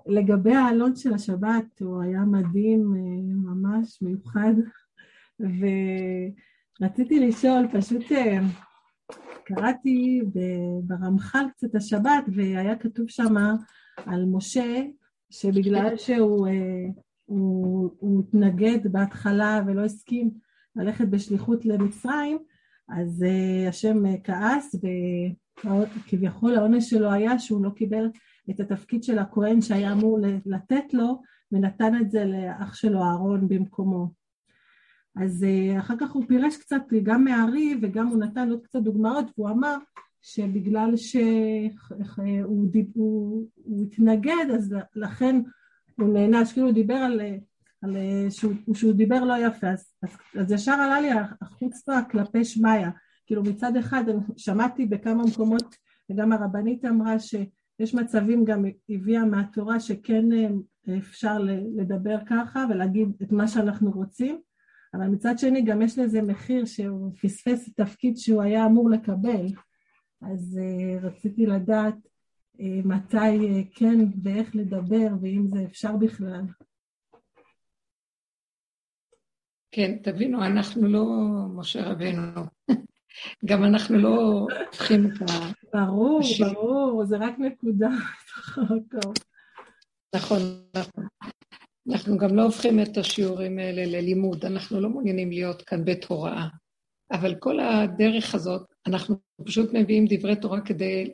לגבי העלון של השבת, הוא היה מדהים, ממש מיוחד, ורציתי לשאול, פשוט קראתי ברמח"ל קצת השבת, והיה כתוב שם על משה, שבגלל הוא התנגד בהתחלה ולא הסכים ללכת בשליחות למצרים, אז השם כעס, וכביכול העונש שלו היה שהוא לא קיבל את התפקיד של הכהן שהיה אמור לתת לו, ונתן את זה לאח שלו אהרון במקומו. אז אחר כך הוא פירש קצת גם מהארי, וגם הוא נתן עוד קצת דוגמאות, והוא אמר שבגלל שהוא התנגד, אז לכן הוא נענש, כאילו הוא דיבר על שהוא דיבר לא יפה, אז ישר עלה לי החוצפה כלפי שמיה, כאילו מצד אחד שמעתי בכמה מקומות, וגם הרבנית אמרה שיש מצבים גם הביאה מהתורה שכן אפשר לדבר ככה ולהגיד את מה שאנחנו רוצים, אבל מצד שני גם יש לזה מחיר שהוא פספס את תפקיד שהוא היה אמור לקבל, אז רציתי לדעת מתי כן ואיך לדבר ואם זה אפשר בכלל. כן, תבינו, אנחנו לא משה רבנו, גם אנחנו לא הופכים את ברור, ברור, זה רק נקודה. נכון, נכון. אנחנו גם לא הופכים את השיעורים האלה ללימוד, אנחנו לא מעוניינים להיות כאן בית הוראה, אבל כל הדרך הזאת, אנחנו פשוט מביאים דברי תורה כדי,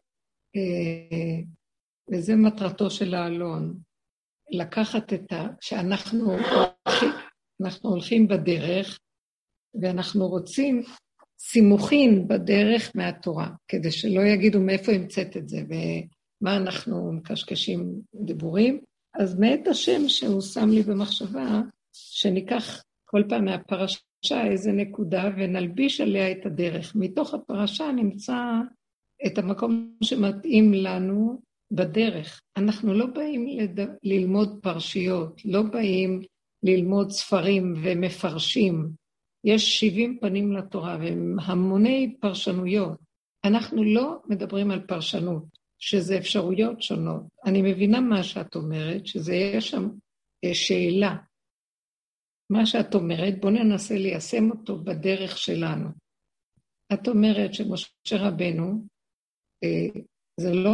וזה מטרתו של העלון, לקחת שאנחנו הולכים בדרך, ואנחנו רוצים סימוכין בדרך מהתורה, כדי שלא יגידו מאיפה המצאת את זה, ומה אנחנו מקשקשים דיבורים, אז מאת השם שהוא שם לי במחשבה, שניקח כל פעם מהפרשה איזה נקודה, ונלביש עליה את הדרך. מתוך הפרשה נמצא את המקום שמתאים לנו בדרך. אנחנו לא באים ללמוד פרשיות, לא באים ללמוד ספרים ומפרשים. יש 70 פנים לתורה, והם המוני פרשנויות. אנחנו לא מדברים על פרשנות. שזה אפשרויות שונות. אני מבינה מה שאת אומרת, שזה יש שם שאלה. מה שאת אומרת, בוא ננסה ליישם אותו בדרך שלנו. את אומרת שמשה רבנו, זה לא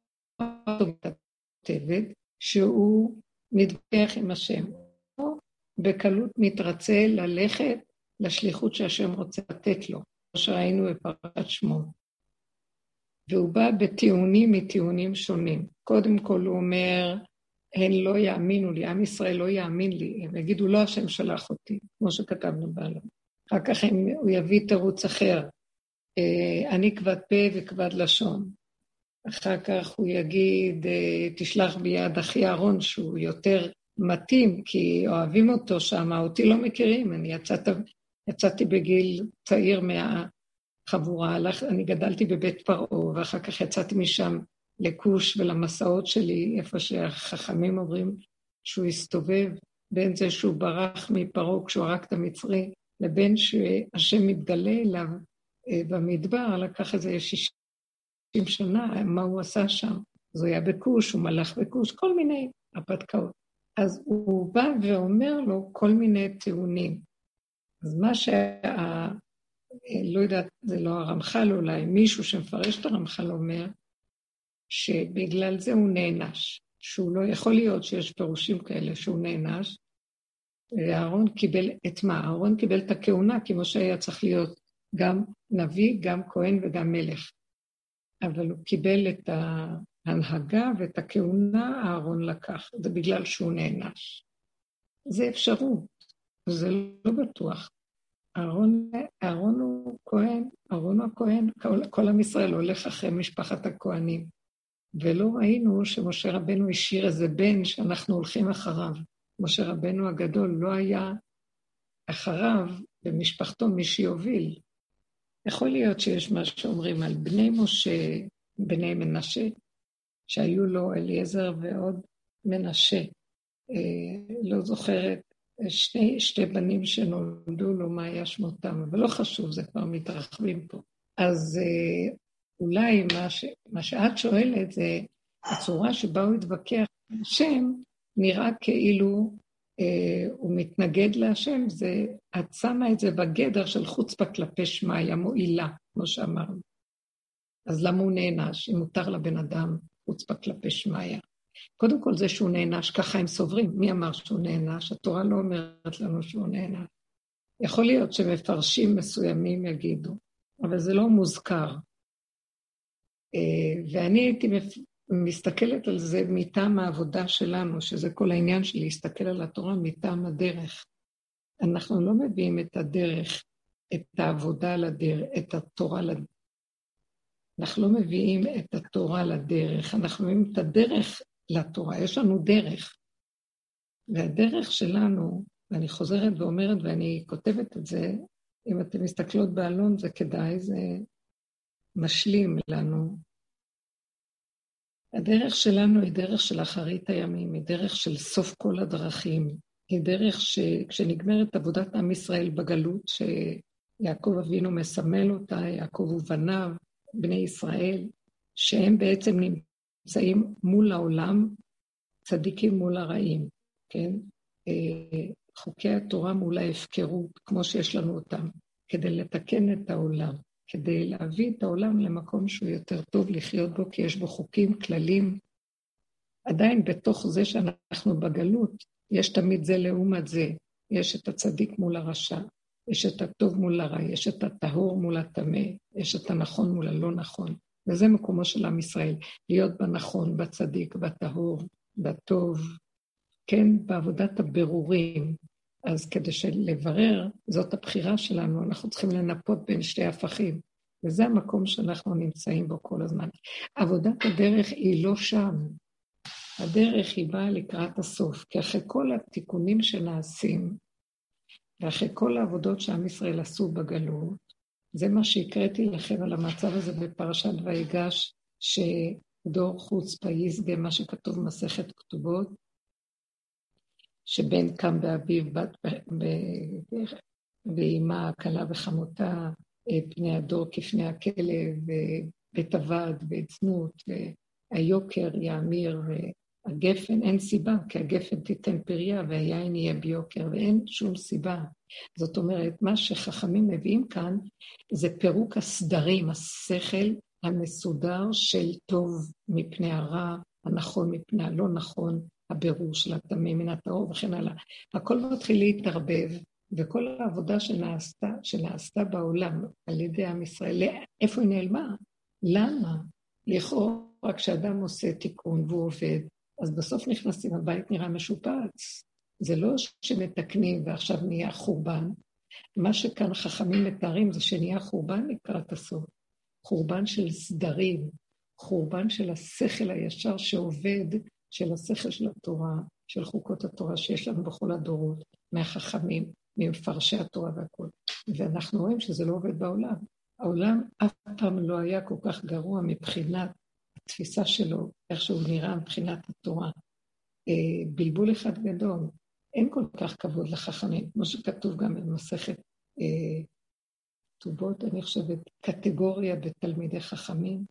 כתבת, שהוא מתווכח עם השם. הוא בקלות מתרצה ללכת לשליחות שהשם רוצה לתת לו, כמו שראינו בפרשת שמות. והוא בא בטיעונים מטיעונים שונים. קודם כל הוא אומר, הן לא יאמינו לי, עם ישראל לא יאמין לי, הם יגידו לא השם שלח אותי, כמו שכתבנו בעלון. אחר כך הוא יביא תירוץ אחר, אני כבד פה וכבד לשון. אחר כך הוא יגיד, תשלח ביד אחי אהרון, שהוא יותר מתאים, כי אוהבים אותו שם, אותי לא מכירים, אני יצאתי בגיל צעיר חבורה, אני גדלתי בבית פרעה, ואחר כך יצאתי משם לכוש ולמסעות שלי, איפה שהחכמים אומרים שהוא הסתובב, בין זה שהוא ברח מפרעה כשהוא הרג את המצרי, לבין שהשם מתגלה אליו במדבר, לקח איזה 60 שנה, מה הוא עשה שם. אז הוא היה בכוש, הוא מלך בכוש, כל מיני הפתקאות. אז הוא בא ואומר לו כל מיני טיעונים. אז מה לא יודעת, זה לא הרמח"ל אולי, מישהו שמפרש את הרמח"ל אומר, שבגלל זה הוא נענש, שהוא לא יכול להיות שיש פירושים כאלה שהוא נענש, ואהרון קיבל את מה? אהרון קיבל את הכהונה, כי משה היה צריך להיות גם נביא, גם כהן וגם מלך. אבל הוא קיבל את ההנהגה ואת הכהונה, אהרון לקח, זה בגלל שהוא נענש. זה אפשרות, זה לא בטוח. אהרון הוא כהן, אהרון הוא הכהן, כל עם ישראל הולך אחרי משפחת הכהנים, ולא ראינו שמשה רבנו השאיר איזה בן שאנחנו הולכים אחריו. משה רבנו הגדול לא היה אחריו במשפחתו מי שיוביל. יכול להיות שיש מה שאומרים על בני משה, בני מנשה, שהיו לו אליעזר ועוד מנשה. לא זוכרת, שתי בנים שנולדו לו, מה היה שמותם, אבל לא חשוב, זה כבר מתרחבים פה. אז אולי מה שאת שואלת זה הצורה שבה הוא התווכח השם נראה כאילו הוא מתנגד להשם, את שמה את זה בגדר של חוצפה כלפי שמיא, מועילה, כמו שאמרנו. אז למה הוא נענש? אם מותר לבן אדם חוצפה כלפי שמיא. קודם כל זה שהוא נענש, ככה הם סוברים. מי אמר שהוא נענש? התורה לא אומרת לנו שהוא נענש. יכול להיות שמפרשים מסוימים יגידו, אבל זה לא מוזכר. ואני הייתי מסתכלת על זה מטעם העבודה שלנו, שזה כל העניין של להסתכל על התורה מטעם הדרך. אנחנו לא מביאים את הדרך, את העבודה לדרך, את התורה לדרך. אנחנו לא מביאים את התורה לדרך, אנחנו מביאים את הדרך לתורה. יש לנו דרך. והדרך שלנו, ואני חוזרת ואומרת, ואני כותבת את זה, אם אתם מסתכלות בעלון זה כדאי, זה משלים לנו. הדרך שלנו היא דרך של אחרית הימים, היא דרך של סוף כל הדרכים, היא דרך שכשנגמרת עבודת עם ישראל בגלות, שיעקב אבינו מסמל אותה, יעקב ובניו, בני ישראל, שהם בעצם נמצאים מול העולם, צדיקים מול הרעים, כן? חוקי התורה מול ההפקרות, כמו שיש לנו אותם, כדי לתקן את העולם. כדי להביא את העולם למקום שהוא יותר טוב לחיות בו, כי יש בו חוקים, כללים. עדיין בתוך זה שאנחנו בגלות, יש תמיד זה לעומת זה. יש את הצדיק מול הרשע, יש את הטוב מול הרע, יש את הטהור מול הטמא, יש את הנכון מול הלא נכון. וזה מקומו של עם ישראל, להיות בנכון, בצדיק, בטהור, בטוב, כן, בעבודת הבירורים. אז כדי לברר, זאת הבחירה שלנו, אנחנו צריכים לנפות בין שתי הפכים, וזה המקום שאנחנו נמצאים בו כל הזמן. עבודת הדרך היא לא שם, הדרך היא באה לקראת הסוף, כי אחרי כל התיקונים שנעשים, ואחרי כל העבודות שעם ישראל עשו בגלות, זה מה שהקראתי לכם על המצב הזה בפרשת ויגש, שדור חוצפה יסגה, מה שכתוב במסכת כתובות, שבן קם באביו, בת ואימה, כלה וחמותה, פני הדור כפני הכלב, בית עבד, בית זנות, והיוקר יאמיר, והגפן, אין סיבה, כי הגפן תיתן פריה, והיין יהיה ביוקר, ואין שום סיבה. זאת אומרת, מה שחכמים מביאים כאן, זה פירוק הסדרים, השכל המסודר של טוב מפני הרע, הנכון מפני הלא נכון, הבירור של הטמא מן הטהור וכן הלאה. הכל מתחיל להתערבב, וכל העבודה שנעשתה בעולם על ידי עם ישראל, איפה היא נעלמה? למה? לכאורה כשאדם עושה תיקון והוא עובד, אז בסוף נכנסים, הבית נראה משופץ. זה לא שמתקנים ועכשיו נהיה חורבן. מה שכאן חכמים מתארים זה שנהיה חורבן לקראת הסוף. חורבן של סדרים, חורבן של השכל הישר שעובד, של השכל של התורה, של חוקות התורה שיש לנו בכל הדורות, מהחכמים, ממפרשי התורה והכל. ואנחנו רואים שזה לא עובד בעולם. העולם אף פעם לא היה כל כך גרוע מבחינת התפיסה שלו, איך שהוא נראה מבחינת התורה. בלבול אחד גדול. אין כל כך כבוד לחכמים, כמו שכתוב גם במסכת כתובות, אני חושבת, קטגוריה בתלמידי חכמים,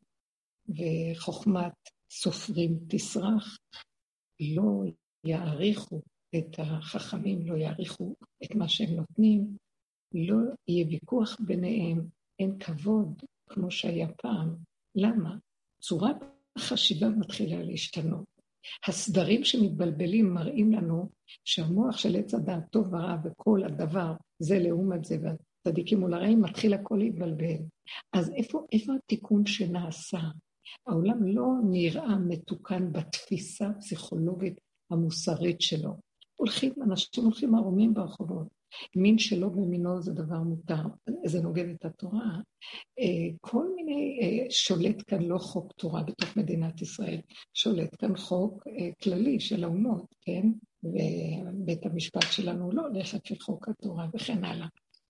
וחוכמת סופרים תסרח, לא יעריכו את החכמים, לא יעריכו את מה שהם נותנים, לא יהיה ויכוח ביניהם, אין כבוד כמו שהיה פעם. למה? צורת החשיבה מתחילה להשתנות. הסדרים שמתבלבלים מראים לנו שהמוח של עץ הדעת טוב ורע וכל הדבר זה לעומת זה, והצדיקים מול הרעים מתחיל הכל להתבלבל. אז איפה התיקון שנעשה? העולם לא נראה מתוקן בתפיסה הפסיכולוגית המוסרית שלו. אנשים הולכים ערומים ברחובות. מין שלא במינו זה דבר מותר, זה נוגד את התורה. כל מיני, שולט כאן לא חוק תורה בתוך מדינת ישראל, שולט כאן חוק כללי של האומות, כן? ובית המשפט שלנו לא הולך לפי חוק התורה וכן הלאה.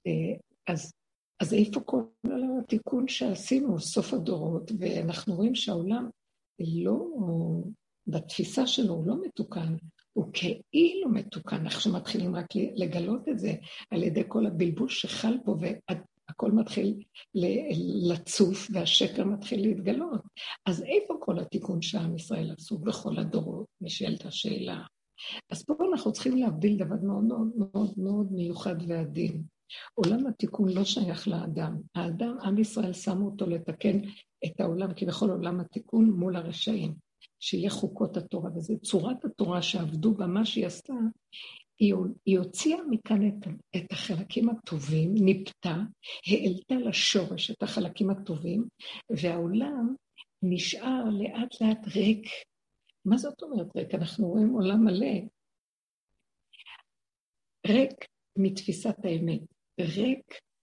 אז איפה כל התיקון שעשינו, סוף הדורות, ואנחנו רואים שהעולם לא, בתפיסה שלו הוא לא מתוקן, הוא כאילו מתוקן, אנחנו מתחילים רק לגלות את זה, על ידי כל הבלבול שחל פה, הכל מתחיל לצוף והשקר מתחיל להתגלות. אז איפה כל התיקון שעם ישראל עשו בכל הדורות? נשאלת השאלה. אז פה אנחנו צריכים להבדיל דבר מאוד מאוד מאוד מאוד מיוחד ועדין. עולם התיקון לא שייך לאדם. האדם, עם ישראל שמו אותו לתקן את העולם, כי בכל עולם התיקון מול הרשעים, שיהיה חוקות התורה, וזה צורת התורה שעבדו בה, מה שהיא עשתה, היא הוציאה מכאן את החלקים הטובים, ניפתה, העלתה לשורש את החלקים הטובים, והעולם נשאר לאט לאט ריק. מה זאת אומרת ריק? אנחנו רואים עולם מלא. ריק מתפיסת האמת, ריק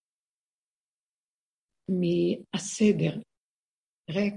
מהסדר, ריק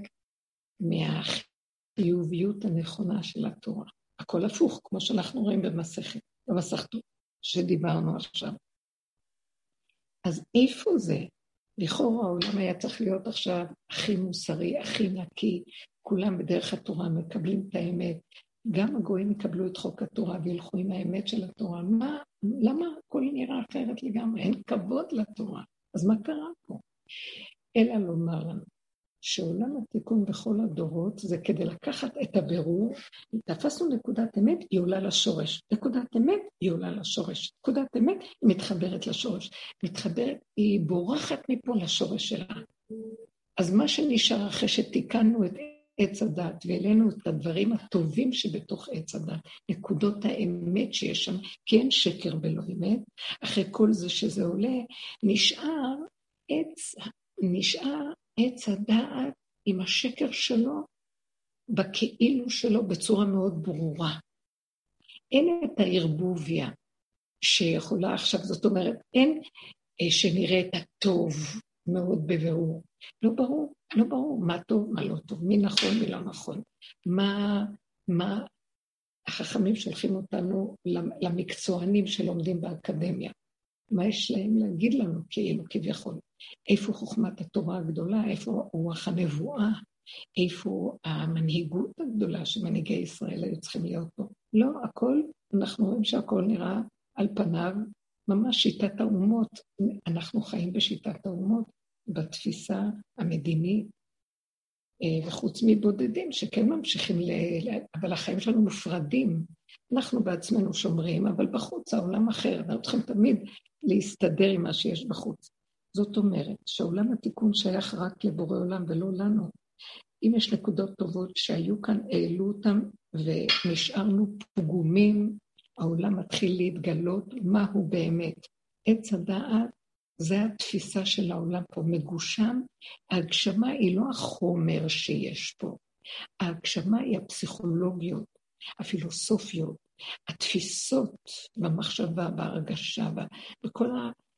מהחיוביות הנכונה של התורה. הכל הפוך, כמו שאנחנו רואים במסכתות שדיברנו עכשיו. אז איפה זה? לכאורה העולם היה צריך להיות עכשיו הכי מוסרי, הכי נקי, כולם בדרך התורה מקבלים את האמת, גם הגויים יקבלו את חוק התורה וילכו עם האמת של התורה. למה הכל נראה אחרת לגמרי? אין כבוד לתורה. אז מה קרה פה? אלא לומר לנו, שעולם התיקון בכל הדורות זה כדי לקחת את הבירור, תפסנו נקודת אמת, היא עולה לשורש. נקודת אמת, היא עולה לשורש. נקודת אמת, היא מתחברת לשורש. מתחברת, היא בורחת מפה לשורש שלה. אז מה שנשאר אחרי שתיקנו את עץ הדת, והעלינו את הדברים הטובים שבתוך עץ הדת, נקודות האמת שיש שם, כי אין שקר בלא אמת, אחרי כל זה שזה עולה, נשאר עץ הדעת עם השקר שלו, בכאילו שלו בצורה מאוד ברורה. אין את הערבוביה שיכולה עכשיו, זאת אומרת, אין שנראה את הטוב מאוד בבירור. לא ברור מה טוב, מה לא טוב, מי נכון, מי לא נכון. מה החכמים שולחים אותנו למקצוענים שלומדים באקדמיה. מה יש להם להגיד לנו כאילו כביכול? איפה חוכמת התורה הגדולה, איפה רוח הנבואה, איפה המנהיגות הגדולה שמנהיגי ישראל היו צריכים להיות פה? לא, הכל, אנחנו רואים שהכל נראה על פניו, ממש שיטת האומות, אנחנו חיים בשיטת האומות, בתפיסה המדינית, וחוץ מבודדים שכן ממשיכים, אבל החיים שלנו מופרדים, אנחנו בעצמנו שומרים, אבל בחוץ העולם אחר, אנחנו צריכים תמיד להסתדר עם מה שיש בחוץ. זאת אומרת שעולם התיקון שייך רק לבורא עולם ולא לנו. אם יש נקודות טובות שהיו כאן, העלו אותם ונשארנו פגומים, העולם מתחיל להתגלות מהו באמת. עץ הדעת זה התפיסה של העולם פה, מגושם. ההגשמה היא לא החומר שיש פה, ההגשמה היא הפסיכולוגיות, הפילוסופיות, התפיסות במחשבה, בהרגשה, בכל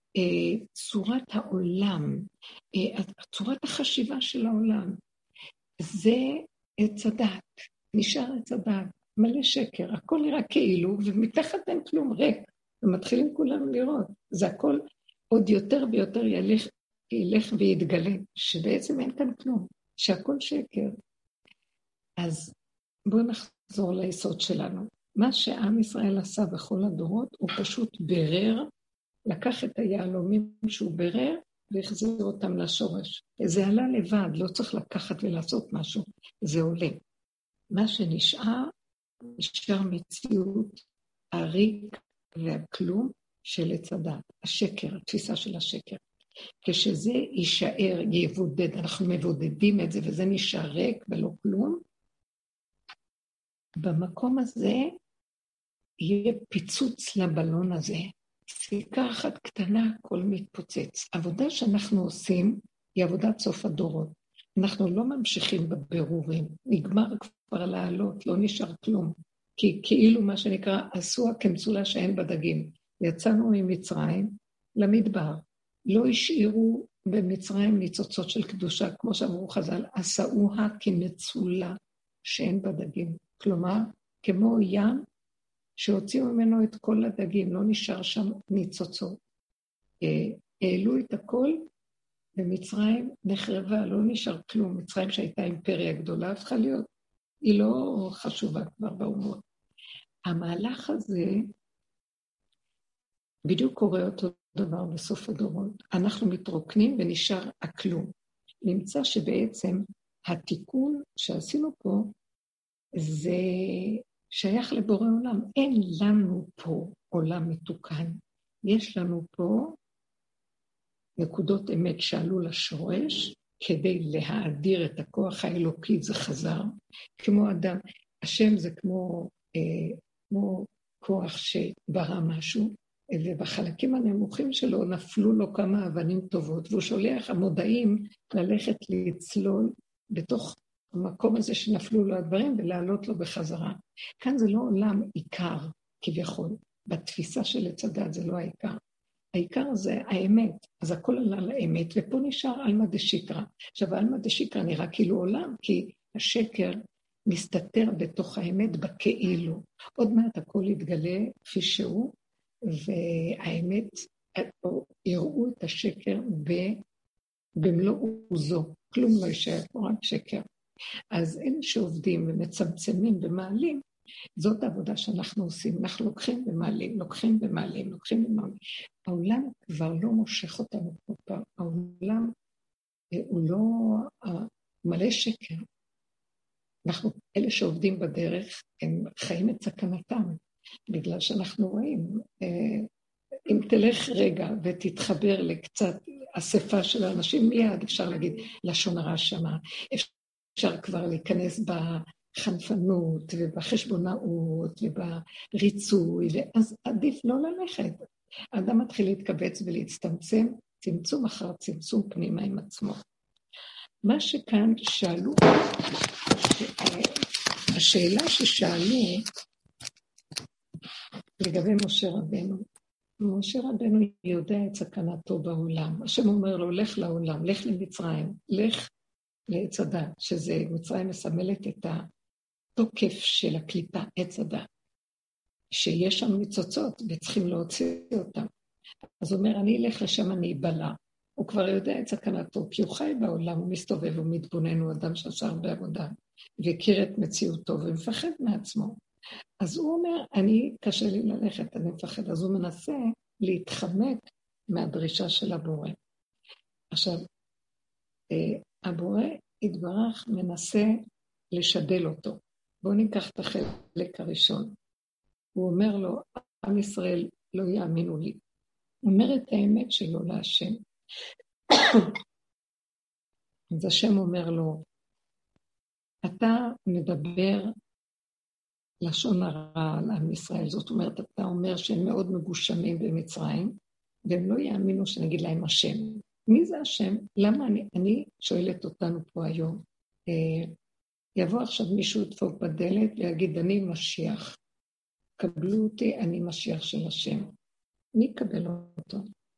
צורת העולם, צורת החשיבה של העולם. זה עץ הדעת, נשאר עץ הדעת, מלא שקר, הכל נראה כאילו, ומתחת אין כלום, ריק, ומתחילים כולם לראות. זה הכל עוד יותר ויותר ילך ויתגלה, שבעצם אין כאן כלום, שהכל שקר. אז בואו נחזור ליסוד שלנו. מה שעם ישראל עשה בכל הדורות, הוא פשוט ברר, לקח את היעלומים שהוא ברר, והחזיר אותם לשורש. זה עלה לבד, לא צריך לקחת ולעשות משהו, זה עולה. מה שנשאר, נשאר מציאות הריק והכלום של עץ הדת, השקר, התפיסה של השקר. כשזה יישאר, יבודד, אנחנו מבודדים את זה, וזה נשאר ריק ולא כלום, במקום הזה יהיה פיצוץ לבלון הזה, סיכה אחת קטנה, הכל מתפוצץ. העבודה שאנחנו עושים היא עבודת סוף הדורות. אנחנו לא ממשיכים בבירורים, נגמר כבר לעלות, לא נשאר כלום. כי כאילו מה שנקרא, עשו כמצולה שאין בדגים. יצאנו ממצרים למדבר, לא השאירו במצרים ניצוצות של קדושה, כמו שאמרו חז"ל, עשאוה כמצולה שאין בדגים. כלומר, כמו ים, שהוציאו ממנו את כל הדגים, לא נשאר שם ניצוצות. העלו את הכל, ומצרים נחרבה, לא נשאר כלום. מצרים שהייתה אימפריה גדולה, הפכה להיות, היא לא חשובה כבר באומות. המהלך הזה, בדיוק קורא אותו דבר בסוף הדורות. אנחנו מתרוקנים ונשאר הכלום. נמצא שבעצם התיקון שעשינו פה, זה שייך לבורא עולם. אין לנו פה עולם מתוקן. יש לנו פה נקודות אמת שעלו לשורש, כדי להאדיר את הכוח האלוקי, זה חזר. כמו אדם, השם זה כמו כוח שברא משהו, ובחלקים הנמוכים שלו נפלו לו כמה אבנים טובות, והוא שולח המודעים ללכת לצלול בתוך המקום הזה שנפלו לו הדברים, ולעלות לו בחזרה. כאן זה לא עולם עיקר, כביכול. בתפיסה של עץ הדת זה לא העיקר. העיקר זה האמת, אז הכל עלה לאמת, ופה נשאר אלמא דשיקרא. עכשיו, אלמא דשיקרא נראה כאילו עולם, כי השקר מסתתר בתוך האמת בכאילו. עוד מעט הכל יתגלה כפי שהוא, והאמת, יראו את השקר במלוא עוזו. כלום לא יישאר פה, רק שקר. אז אלה שעובדים ומצמצמים ומעלים, זאת העבודה שאנחנו עושים. אנחנו לוקחים ומעלים, לוקחים ומעלים, לוקחים ומעלים. העולם כבר לא מושך אותנו פה פעם. העולם הוא לא מלא שקר. אנחנו, אלה שעובדים בדרך, הם חיים את סכנתם, בגלל שאנחנו רואים, אם תלך רגע ותתחבר לקצת אספה של האנשים, מיד אפשר להגיד לשון הרע שמה, אפשר כבר להיכנס בחנפנות ובחשבונאות ובריצוי, אז עדיף לא ללכת. האדם מתחיל להתקבץ ולהצטמצם, צמצום אחר צמצום פנימה עם עצמו. מה שכאן שאלו, השאלה ששאלו לגבי משה רבנו, משה רבנו יודע את סכנתו בעולם. השם אומר לו, לך לעולם, לך למצרים, לך לעץ הדת, שזה מצרים מסמלת את התוקף של הקליפה, עץ הדת, שיש שם ניצוצות וצריכים להוציא אותם. אז הוא אומר, אני אלך לשם, אני אבלע. הוא כבר יודע את סכנתו, כי הוא חי בעולם, הוא מסתובב, הוא מתבונן, הוא אדם שעשה הרבה עבודה, והכיר את מציאותו ומפחד מעצמו. אז הוא אומר, אני קשה לי ללכת, אני מפחד. אז הוא מנסה להתחמק מהדרישה של הבורא. עכשיו, הבורא התברך מנסה לשדל אותו. בואו ניקח את החלק הראשון. הוא אומר לו, עם ישראל לא יאמינו לי. הוא אומר את האמת שלו להשם. אז השם אומר לו, אתה מדבר לשון הרע על עם ישראל, זאת אומרת, אתה אומר שהם מאוד מגושמים במצרים, והם לא יאמינו שנגיד להם השם. מי זה השם? למה אני שואלת אותנו פה היום? יבוא עכשיו מישהו ידפוק בדלת ויגיד, אני משיח. קבלו אותי, אני משיח של השם. מי יקבל אותו?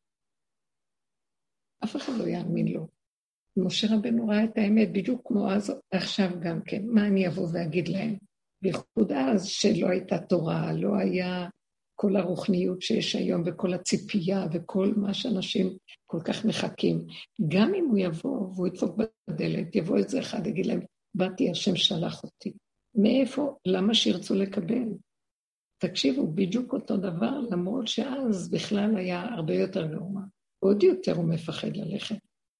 אף אחד לא יאמין לו. משה רבנו ראה את האמת, בדיוק כמו אז, עכשיו גם כן. מה אני אבוא ואגיד להם? בייחוד אז שלא הייתה תורה, לא היה כל הרוחניות שיש היום וכל הציפייה וכל מה שאנשים כל כך מחכים. גם אם הוא יבוא והוא ידפוק בדלת, יבוא איזה אחד, יגיד להם, באתי, השם שלח אותי. מאיפה? למה שירצו לקבל? תקשיבו, בדיוק אותו דבר, למרות שאז בכלל היה הרבה יותר גרוע. עוד יותר הוא מפחד ללכת.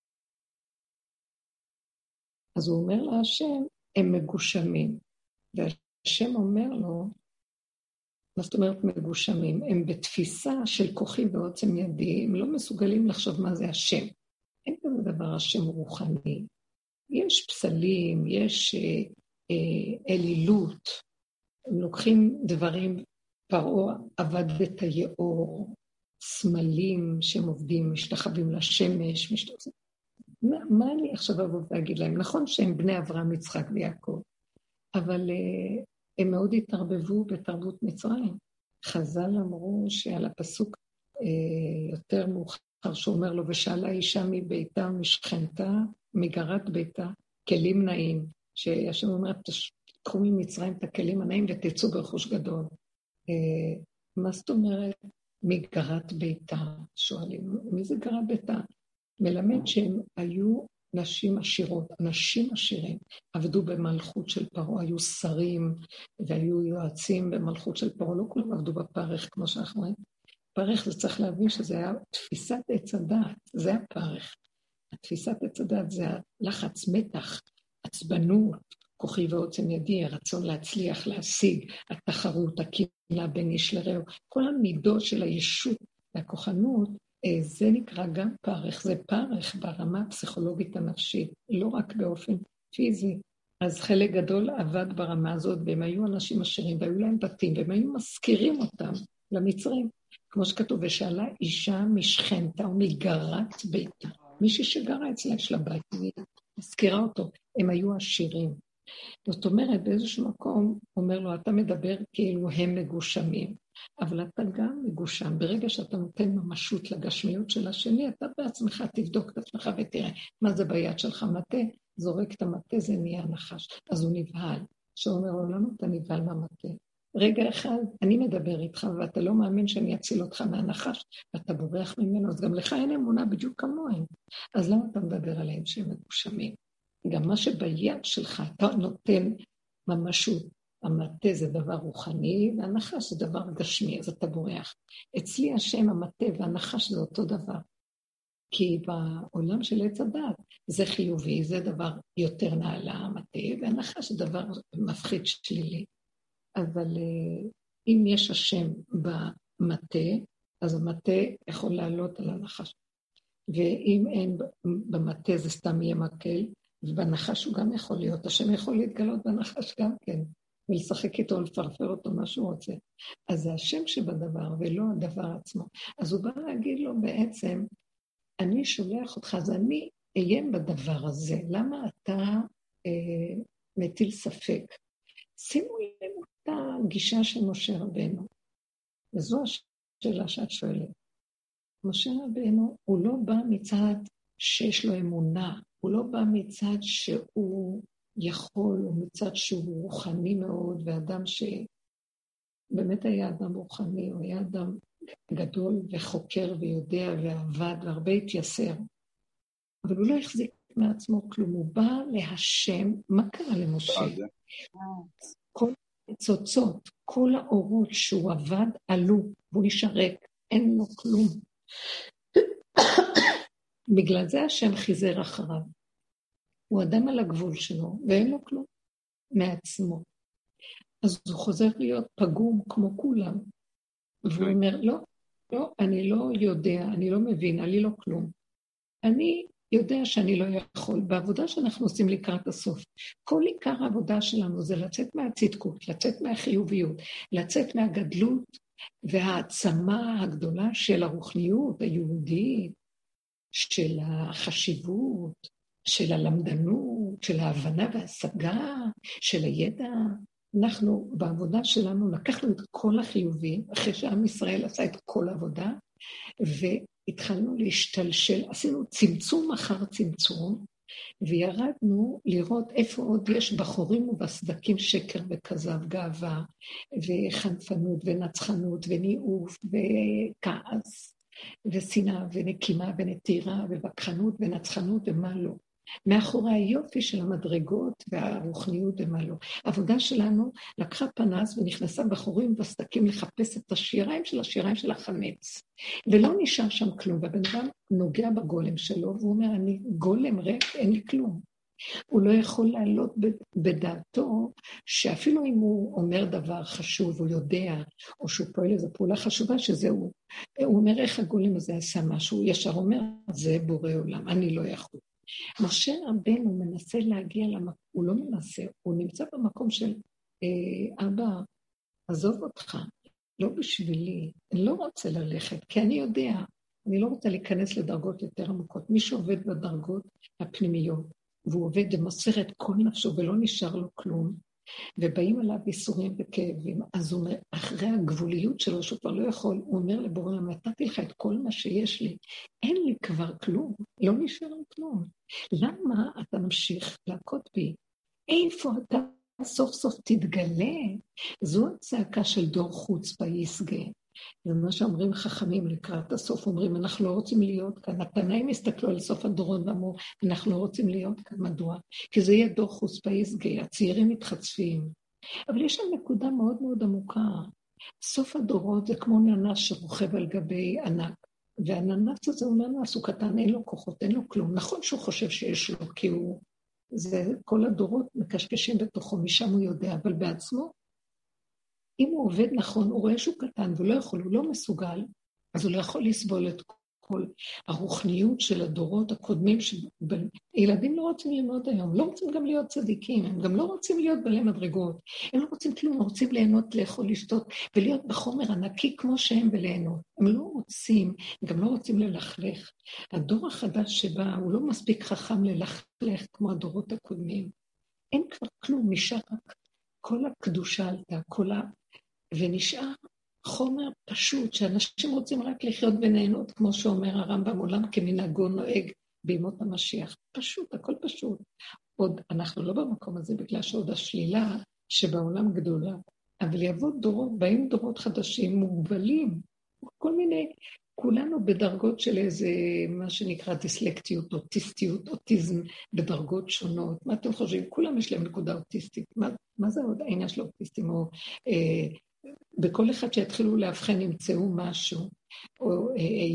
אז הוא אומר להשם, הם מגושמים. והשם אומר לו, מה זאת אומרת מגושמים? הם בתפיסה של כוחי ועוצם ידי, הם לא מסוגלים לחשוב מה זה השם. אין כזה דבר השם רוחני. יש פסלים, יש אלילות. הם לוקחים דברים, פרעה עבד את היאור, סמלים שהם עובדים, משתחווים לשמש, מה אני עכשיו אבוא ואגיד להם? נכון שהם בני אברהם, יצחק ויעקב, אבל הם מאוד התערבבו בתרבות מצרים. חז"ל אמרו שעל הפסוק יותר מאוחר שאומר לו, ושאלה אישה מביתה משכנתה, מגרת ביתה, כלים נעים, שהשם אומר, תקחו ממצרים את הכלים הנעים ותצאו ברכוש גדול. מה זאת אומרת? מגרת ביתה, שואלים, מי זה גרת ביתה? מלמד שהם היו נשים עשירות, אנשים עשירים, עבדו במלכות של פרעה, היו שרים והיו יועצים במלכות של פרעה, לא כולם עבדו בפרך כמו שאנחנו רואים, פרך זה צריך להבין שזה היה תפיסת עץ הדעת, זה הפרך. התפיסת עץ הדעת זה הלחץ, מתח, עצבנות, כוחי ועוצם ידי, הרצון להצליח, להשיג, התחרות, הקהילה בין איש לרעהו, כל המידות של הישות והכוחנות, זה נקרא גם פרך, זה פרך ברמה הפסיכולוגית הנפשית, לא רק באופן פיזי. אז חלק גדול עבד ברמה הזאת, והם היו אנשים עשירים, והיו להם בתים, והם היו מזכירים אותם למצרים. כמו שכתוב, ושאלה אישה משכנתה ומגרת ביתה. מישהי שגרה אצלה יש לה בית, מזכירה אותו, הם היו עשירים. זאת אומרת, באיזשהו מקום אומר לו, אתה מדבר כאילו הם מגושמים, אבל אתה גם מגושם. ברגע שאתה נותן ממשות לגשמיות של השני, אתה בעצמך תבדוק את עצמך ותראה מה זה ביד שלך, מטה, זורק את המטה, זה נהיה נחש. אז הוא נבהל, שאומר לו, למה אתה נבהל מהמטה? רגע אחד, אני מדבר איתך, ואתה לא מאמין שאני אציל אותך מהנחש, ואתה בורח ממנו, אז גם לך אין אמונה בדיוק כמוהם. אז למה אתה מדבר עליהם שהם מגושמים? גם מה שביד שלך, אתה נותן ממשות. המטה זה דבר רוחני, והנחש זה דבר גשמי, אז אתה בורח. אצלי השם, המטה והנחש זה אותו דבר. כי בעולם של עץ הדת, זה חיובי, זה דבר יותר נעלה, המטה, והנחש זה דבר מפחיד שלילי. אבל אם יש השם במטה, אז המטה יכול לעלות על הנחש. ואם אין במטה זה סתם יהיה מקל, ובנחש הוא גם יכול להיות. השם יכול להתגלות בנחש גם כן, ולשחק איתו, לפרפר אותו, מה שהוא רוצה. אז זה השם שבדבר, ולא הדבר עצמו. אז הוא בא להגיד לו בעצם, אני שולח אותך, אז אני איים בדבר הזה. למה אתה מטיל ספק? שימו לב את הגישה של משה רבנו. וזו השאלה שאת שואלת. משה רבנו הוא לא בא מצד שיש לו אמונה, הוא לא בא מצד שהוא יכול, הוא מצד שהוא רוחני מאוד, ואדם שבאמת היה אדם רוחני, הוא היה אדם גדול וחוקר ויודע ועבד והרבה התייסר. אבל הוא לא החזיק מעצמו כלום, הוא בא להשם. מה קרה למשה? כל הצוצות, כל האורות שהוא עבד עלו, והוא נשאר ריק, אין לו כלום. בגלל זה השם חיזר אחריו. הוא אדם על הגבול שלו, ואין לו כלום מעצמו. אז הוא חוזר להיות פגום כמו כולם. והוא אומר, לא, אני לא יודע, אני לא מבין, אני לא כלום. אני יודע שאני לא יכול. בעבודה שאנחנו עושים לקראת הסוף, כל עיקר העבודה שלנו זה לצאת מהצדקות, לצאת מהחיוביות, לצאת מהגדלות והעצמה הגדולה של הרוחניות היהודית, של החשיבות, של הלמדנות, של ההבנה וההשגה, של הידע. אנחנו בעבודה שלנו לקחנו את כל החיובים, אחרי שעם ישראל עשה את כל העבודה, והתחלנו להשתלשל, עשינו צמצום אחר צמצום, וירדנו לראות איפה עוד יש בחורים ובסדקים שקר וכזב, גאווה, וחנפנות ונצחנות וניאוף וכעס, ושנאה ונקימה ונטירה ובקחנות ונצחנות ומה לא. מאחורי היופי של המדרגות והרוחניות ומה לא. העבודה שלנו לקחה פנס ונכנסה בחורים ובסדקים לחפש את השיריים של החמץ. ולא נשאר שם כלום, והבן אדם נוגע בגולם שלו, והוא אומר, אני גולם ריק, אין לי כלום. הוא לא יכול לעלות בדעתו, שאפילו אם הוא אומר דבר חשוב, הוא יודע, או שהוא פועל איזו פעולה חשובה, שזהו. הוא אומר, איך הגולם הזה עשה משהו? ישר אומר, זה בורא עולם, אני לא יכול. משה רבנו מנסה להגיע למקום, הוא לא מנסה, הוא נמצא במקום של אבא, עזוב אותך, לא בשבילי, אני לא רוצה ללכת, כי אני יודע, אני לא רוצה להיכנס לדרגות יותר עמוקות. מי שעובד בדרגות הפנימיות, והוא עובד ומוסר את כל נפשו ולא נשאר לו כלום, ובאים עליו איסורים וכאבים, אז הוא אומר, אחרי הגבוליות שלו, שהוא כבר לא יכול, הוא אומר לבורא, נתתי לך את כל מה שיש לי, אין לי כבר כלום, לא נשאר לי כלום. למה אתה ממשיך להכות בי? איפה אתה סוף סוף תתגלה? זו הצעקה של דור חוץ ביסגה. זה מה שאומרים חכמים לקראת הסוף, אומרים, אנחנו לא רוצים להיות כאן. התנאים הסתכלו על סוף הדורות ואמרו, אנחנו לא רוצים להיות כאן, מדוע? כי זה יהיה דור חוץ ביסגה, הצעירים מתחצפים. אבל יש שם נקודה מאוד מאוד עמוקה. סוף הדורות זה כמו ננס שרוכב על גבי ענק, והננס הזה הוא ננס, הוא קטן, אין לו כוחות, אין לו כלום. נכון שהוא חושב שיש לו, כי הוא, זה כל הדורות מקשקשים בתוכו, משם הוא יודע, אבל בעצמו, אם הוא עובד נכון, הוא רואה שהוא קטן ולא יכול, הוא לא מסוגל, אז הוא לא יכול לסבול את כל הרוחניות של הדורות הקודמים. ילדים לא רוצים ללמוד היום, לא רוצים גם להיות צדיקים, הם גם לא רוצים להיות בעלי מדרגות, הם לא רוצים כלום, הם רוצים ליהנות, לאכול, לשתות, ולהיות בחומר הנקי כמו שהם וליהנות. הם לא רוצים, הם גם לא רוצים ללכלך. הדור החדש שבא, הוא לא מספיק חכם ללכלך כמו הדורות הקודמים. אין כבר כלום, נשאר רק כל הקדושה עלתה, ונשאר חומר פשוט, שאנשים רוצים רק לחיות ונהנות, כמו שאומר הרמב"ם, עולם כמנהגו נוהג בימות המשיח. פשוט, הכל פשוט. עוד, אנחנו לא במקום הזה, בגלל שעוד השלילה שבעולם גדולה, אבל יבוא דורות, באים דורות חדשים, מוגבלים, כל מיני, כולנו בדרגות של איזה, מה שנקרא דיסלקטיות, אוטיסטיות, אוטיזם, בדרגות שונות. מה אתם חושבים? כולם יש להם נקודה אוטיסטית. מה זה עוד העניין של אוטיסטים? או בכל אחד שיתחילו להבחן ימצאו משהו, או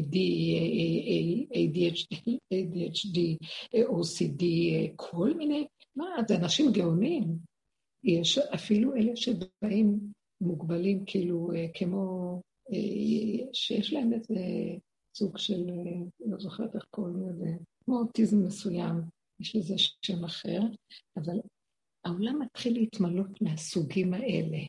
ADHD, OCD, כל מיני, זה אנשים גאונים. יש אפילו אלה שבאים מוגבלים, כאילו, כמו, שיש להם איזה סוג של, לא זוכרת איך קוראים לזה, כמו אוטיזם מסוים, יש לזה שם אחר, אבל העולם מתחיל להתמלות מהסוגים האלה.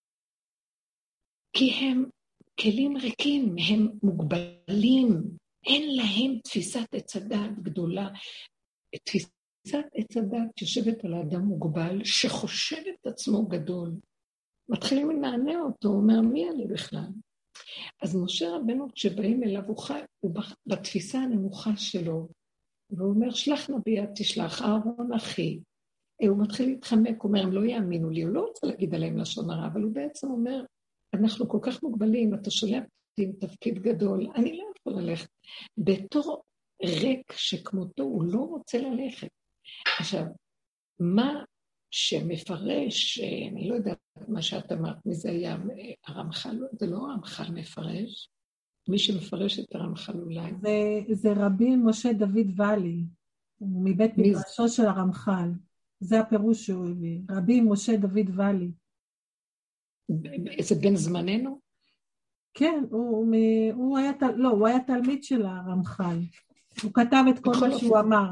כי הם כלים ריקים, הם מוגבלים, אין להם תפיסת עץ הדעת גדולה. תפיסת עץ הדעת יושבת על האדם מוגבל, שחושב את עצמו גדול. מתחילים לנענע אותו, הוא אומר, מי אני בכלל? אז משה רבנו, כשבאים אליו, הוא בתפיסה הנמוכה שלו, והוא אומר, שלח נביא, תשלח, אהרון אחי. הוא מתחיל להתחמק, הוא אומר, הם לא יאמינו לי, הוא לא רוצה להגיד עליהם לשון הרע, אבל הוא בעצם אומר, אנחנו כל כך מוגבלים, אתה שולח אותי עם תפקיד גדול, אני לא יכול ללכת. בתור ריק שכמותו, הוא לא רוצה ללכת. עכשיו, מה שמפרש, אני לא יודעת מה שאת אמרת, מי זה היה הרמח"ל, זה לא הרמח"ל מפרש, מי שמפרש את הרמח"ל אולי. זה רבי משה דוד ואלי, הוא מבית מדרשו של הרמח"ל, זה הפירוש שהוא הביא, רבי משה דוד ואלי. זה בן זמננו? כן, הוא היה תלמיד של הרמח"ל, הוא כתב את כל מה שהוא אמר.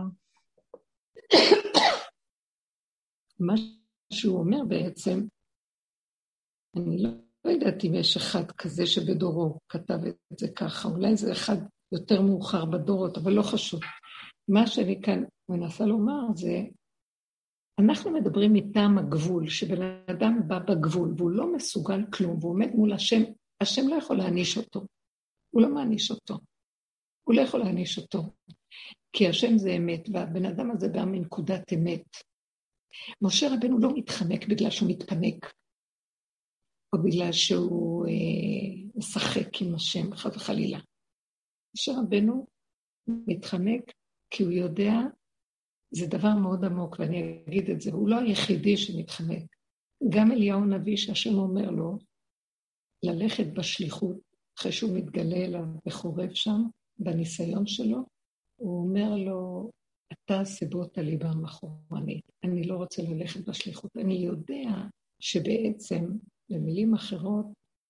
מה שהוא אומר בעצם, אני לא יודעת אם יש אחד כזה שבדורו כתב את זה ככה, אולי זה אחד יותר מאוחר בדורות, אבל לא חשוב. מה שאני כאן מנסה לומר זה, אנחנו מדברים מטעם הגבול, שבן אדם בא בגבול, והוא לא מסוגל כלום, והוא עומד מול השם, השם לא יכול להעניש אותו, הוא לא מעניש אותו, הוא לא יכול להעניש אותו, כי השם זה אמת, והבן אדם הזה בא מנקודת אמת. משה רבנו לא מתחמק בגלל שהוא מתפנק, או בגלל שהוא משחק עם השם, חד וחלילה. משה רבנו מתחמק כי הוא יודע, זה דבר מאוד עמוק, ואני אגיד את זה, הוא לא היחידי שמתחמק. גם אליהו נביא שהשם אומר לו, ללכת בשליחות, אחרי שהוא מתגלה אליו וחורב שם, בניסיון שלו, הוא אומר לו, אתה סיבות הליבה המחורנית, אני לא רוצה ללכת בשליחות, אני יודע שבעצם, במילים אחרות,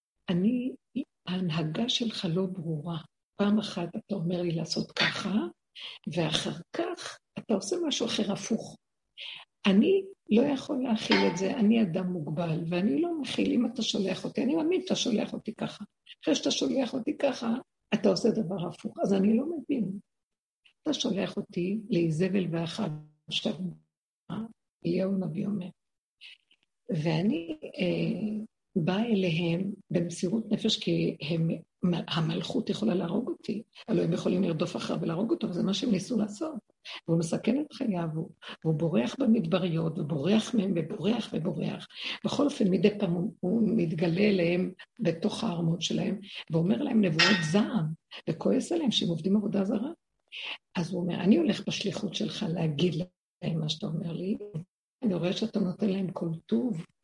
ההנהגה שלך לא ברורה. פעם אחת אתה אומר לי לעשות ככה, ואחר כך אתה עושה משהו אחר הפוך. אני לא יכול להכיל את זה, אני אדם מוגבל, ואני לא מכיל אם אתה שולח אותי, אני מאמין שאתה שולח אותי ככה. אחרי שאתה שולח אותי ככה, אתה עושה דבר הפוך, אז אני לא מבין. אתה שולח אותי לאיזבל ואחד, עכשיו, אליהו נביא אומר. ואני באה אליהם במסירות נפש, כי המלכות יכולה להרוג אותי, הלוא הם יכולים לרדוף אחריו ולהרוג אותו, וזה מה שהם ניסו לעשות. והוא מסכן את חייו, והוא בורח במדבריות, ובורח מהם, ובורח. בכל אופן, מדי פעם הוא מתגלה אליהם בתוך הארמות שלהם, ואומר להם נבואות זעם, וכועס עליהם שהם עובדים עבודה זרה. אז הוא אומר, אני הולך בשליחות שלך להגיד להם מה שאתה אומר לי, אני רואה שאתה נותן להם כל טוב,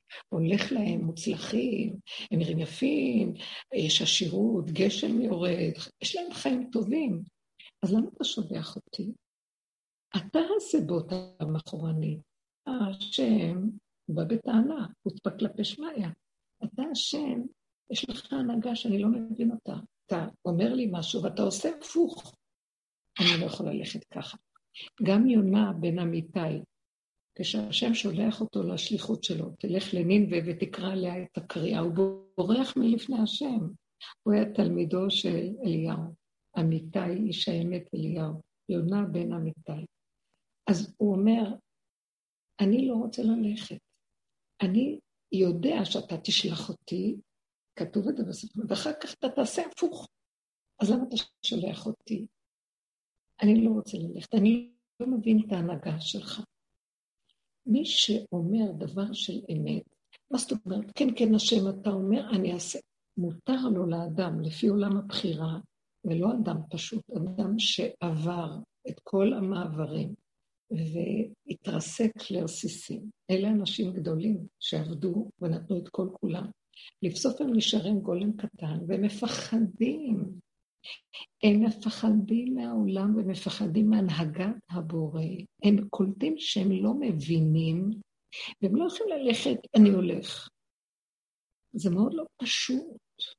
הולך להם מוצלחים, הם נראים יפים, יש עשירות, גשם יורד, יש להם חיים טובים. אז למה אתה שולח אותי? אתה הסיבות המאחורנית. השם בא בטענה, חוצפה כלפי שמיא. אתה השם, יש לך הנהגה שאני לא מבין אותה. אתה אומר לי משהו ואתה עושה הפוך. אני לא יכולה ללכת ככה. גם יונה בן אמיתי, כשהשם שולח אותו לשליחות שלו, תלך לנינווה ותקרא עליה את הקריאה, הוא בורח מלפני השם. הוא היה תלמידו של אליהו, אמיתי, איש האמת אליהו, יונה בן אמיתי. אז הוא אומר, אני לא רוצה ללכת. אני יודע שאתה תשלח אותי, כתוב את זה בספר, ואחר כך אתה תעשה הפוך. אז למה אתה שולח אותי? אני לא רוצה ללכת, אני לא מבין את ההנהגה שלך. מי שאומר דבר של אמת, מה זאת אומרת? כן, כן, השם, אתה אומר, אני אעשה. מותר לו לאדם, לפי עולם הבחירה, ולא אדם פשוט, אדם שעבר את כל המעברים, והתרסק לרסיסים. אלה אנשים גדולים שעבדו ונתנו את כל כולם. לבסוף הם נשארים גולם קטן, והם מפחדים. הם מפחדים מהעולם ומפחדים מהנהגת הבורא. הם קולטים שהם לא מבינים, והם לא יכולים ללכת, אני הולך. זה מאוד לא פשוט.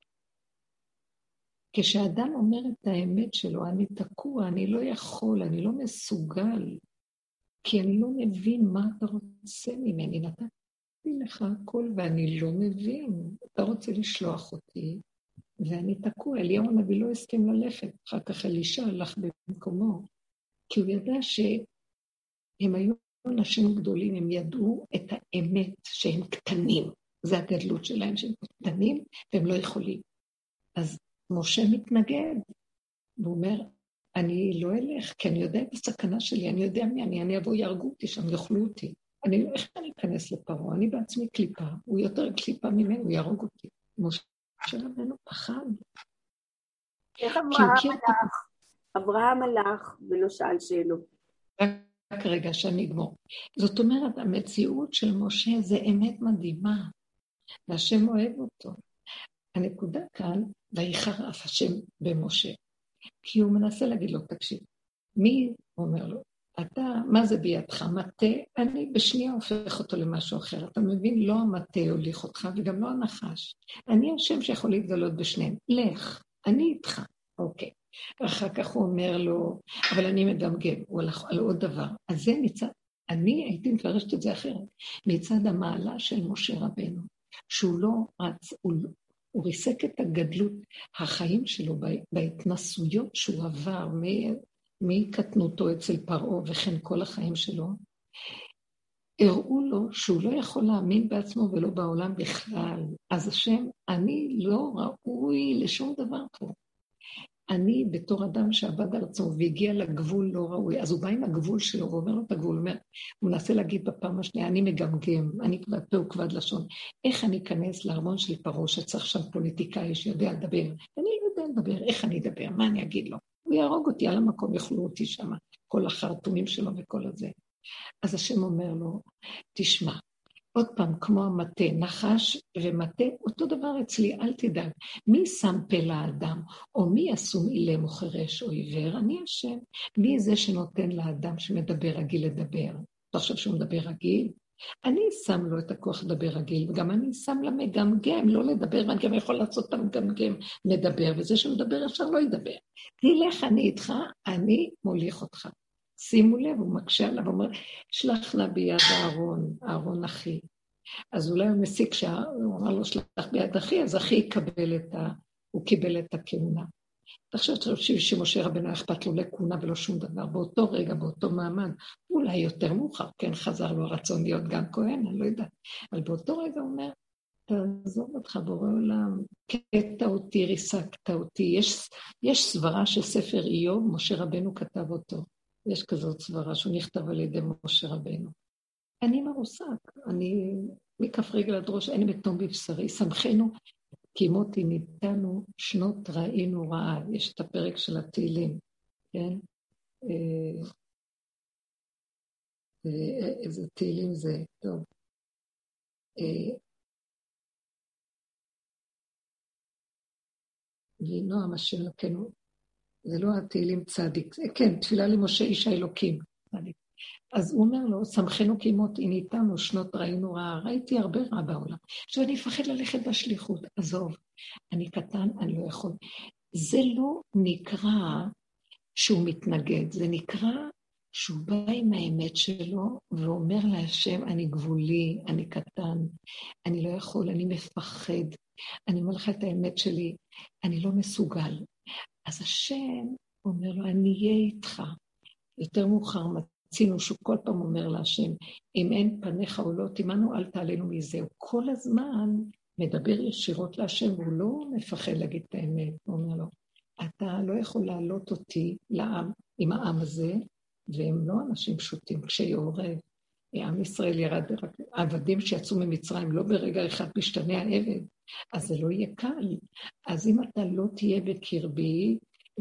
כשאדם אומר את האמת שלו, אני תקוע, אני לא יכול, אני לא מסוגל, כי אני לא מבין מה אתה רוצה ממני. נתתי לך הכל ואני לא מבין. אתה רוצה לשלוח אותי, ואני תקוע. אליהו הנביא לא הסכים ללכת. אחר כך אלישע הלך במקומו, כי הוא ידע שהם היו אנשים גדולים, הם ידעו את האמת שהם קטנים. זה הגדלות שלהם, שהם קטנים והם לא יכולים. אז משה מתנגד, והוא אומר, אני לא אלך, כי אני יודע את הסכנה שלי, אני יודע מי אני אבוא יהרגו אותי שם, יאכלו אותי. איך אני אכנס לפרעה? אני בעצמי קליפה, הוא יותר קליפה ממנו, הוא יהרוג אותי. משה רבנו פחד. איך אברהם הלך? אברהם הלך ולא שאל שאלות. רק רגע שאני אגמור. זאת אומרת, המציאות של משה זה אמת מדהימה, והשם אוהב אותו. הנקודה כאן, ויחר אף השם במשה. כי הוא מנסה להגיד לו, תקשיב, מי אומר לו? אתה, מה זה בידך? מטה, אני בשנייה הופך אותו למשהו אחר. אתה מבין? לא המטה הוליך אותך וגם לא הנחש. אני השם שיכול להתגלות בשניהם. לך, אני איתך. אוקיי. ואחר כך הוא אומר לו, אבל אני מגמגם, הוא הלך על עוד דבר. אז זה מצד, אני הייתי מפרשת את זה אחרת, מצד המעלה של משה רבנו, שהוא לא רץ, הוא ריסק את הגדלות, החיים שלו בהתנסויות שהוא עבר, מקטנותו אצל פרעה וכן כל החיים שלו, הראו לו שהוא לא יכול להאמין בעצמו ולא בעולם בכלל. אז השם, אני לא ראוי לשום דבר פה. אני בתור אדם שעבד על עצמו והגיע לגבול לא ראוי, אז הוא בא עם הגבול שלו ואומר לו את הגבול, הוא מנסה להגיד בפעם השנייה, אני מגמגם, אני כבד פה וכבד לשון, איך אני אכנס לארמון של פרעה שצריך שם פוליטיקאי שיודע לדבר, אני לא יודע לדבר, איך אני אדבר, מה אני אגיד לו? הוא יהרוג אותי על המקום, יאכלו אותי שם, כל החרטומים שלו וכל הזה. אז השם אומר לו, תשמע, עוד פעם, כמו המטה, נחש ומטה, אותו דבר אצלי, אל תדאג. מי שם פה לאדם, או מי ישום אילם או חרש או עיוור? אני השם. מי זה שנותן לאדם שמדבר רגיל לדבר? אתה חושב שהוא מדבר רגיל? אני שם לו את הכוח לדבר רגיל, וגם אני שם למגמגם, לא לדבר, ואני גם יכול לעשות את המגמגם לדבר, וזה שמדבר אפשר לא ידבר. תלך, אני איתך, אני מוליך אותך. שימו לב, הוא מקשה עליו, הוא אומר, שלח לה ביד אהרון אחי. אז אולי הוא מסיק שהוא אמר לו, שלח ביד אחי, אז אחי הוא קיבל את הכהונה. עכשיו תחשבי שמשה רבנו אכפת לו לכהונה ולא שום דבר, באותו רגע, באותו מעמד, אולי יותר מאוחר, כן חזר לו הרצון להיות גם כהן, אני לא יודעת, אבל באותו רגע הוא אומר, תעזוב אותך בורא עולם, קטע אותי, ריסקת אותי, יש סברה של ספר איוב, משה רבנו כתב אותו. יש כזאת סברה שהוא נכתב על ידי משה רבנו. אני מרוסק, אני מכף רגל עד ראש, אני בתום בבשרי, שמחנו, כי מותי ניתנו שנות ראינו רעה. יש את הפרק של התהילים, כן? איזה תהילים זה, טוב. ונועם השם אלוקינו, זה לא התהילים צדיק, כן, תפילה למשה איש האלוקים. אז הוא אומר לו, שמחנו כימות, הנה איתנו שנות ראינו רעה, ראיתי הרבה רע בעולם. עכשיו אני אפחד ללכת בשליחות, עזוב, אני קטן, אני לא יכול. זה לא נקרא שהוא מתנגד, זה נקרא שהוא בא עם האמת שלו, ואומר להשם, אני גבולי, אני קטן, אני לא יכול, אני מפחד, אני אומר לך את האמת שלי, אני לא מסוגל. אז השם אומר לו, אני אהיה איתך. יותר מאוחר מצינו שהוא כל פעם אומר להשם, אם אין פניך או לא, תימנו אל תעלינו מזה. הוא כל הזמן מדבר ישירות להשם, והוא לא מפחד להגיד את האמת. הוא אומר לו, אתה לא יכול להעלות אותי לעם, עם העם הזה, והם לא אנשים פשוטים. כשיורד, עם ישראל ירד, עבדים שיצאו ממצרים, לא ברגע אחד משתנה העבד, אז זה לא יהיה קל. אז אם אתה לא תהיה בקרבי,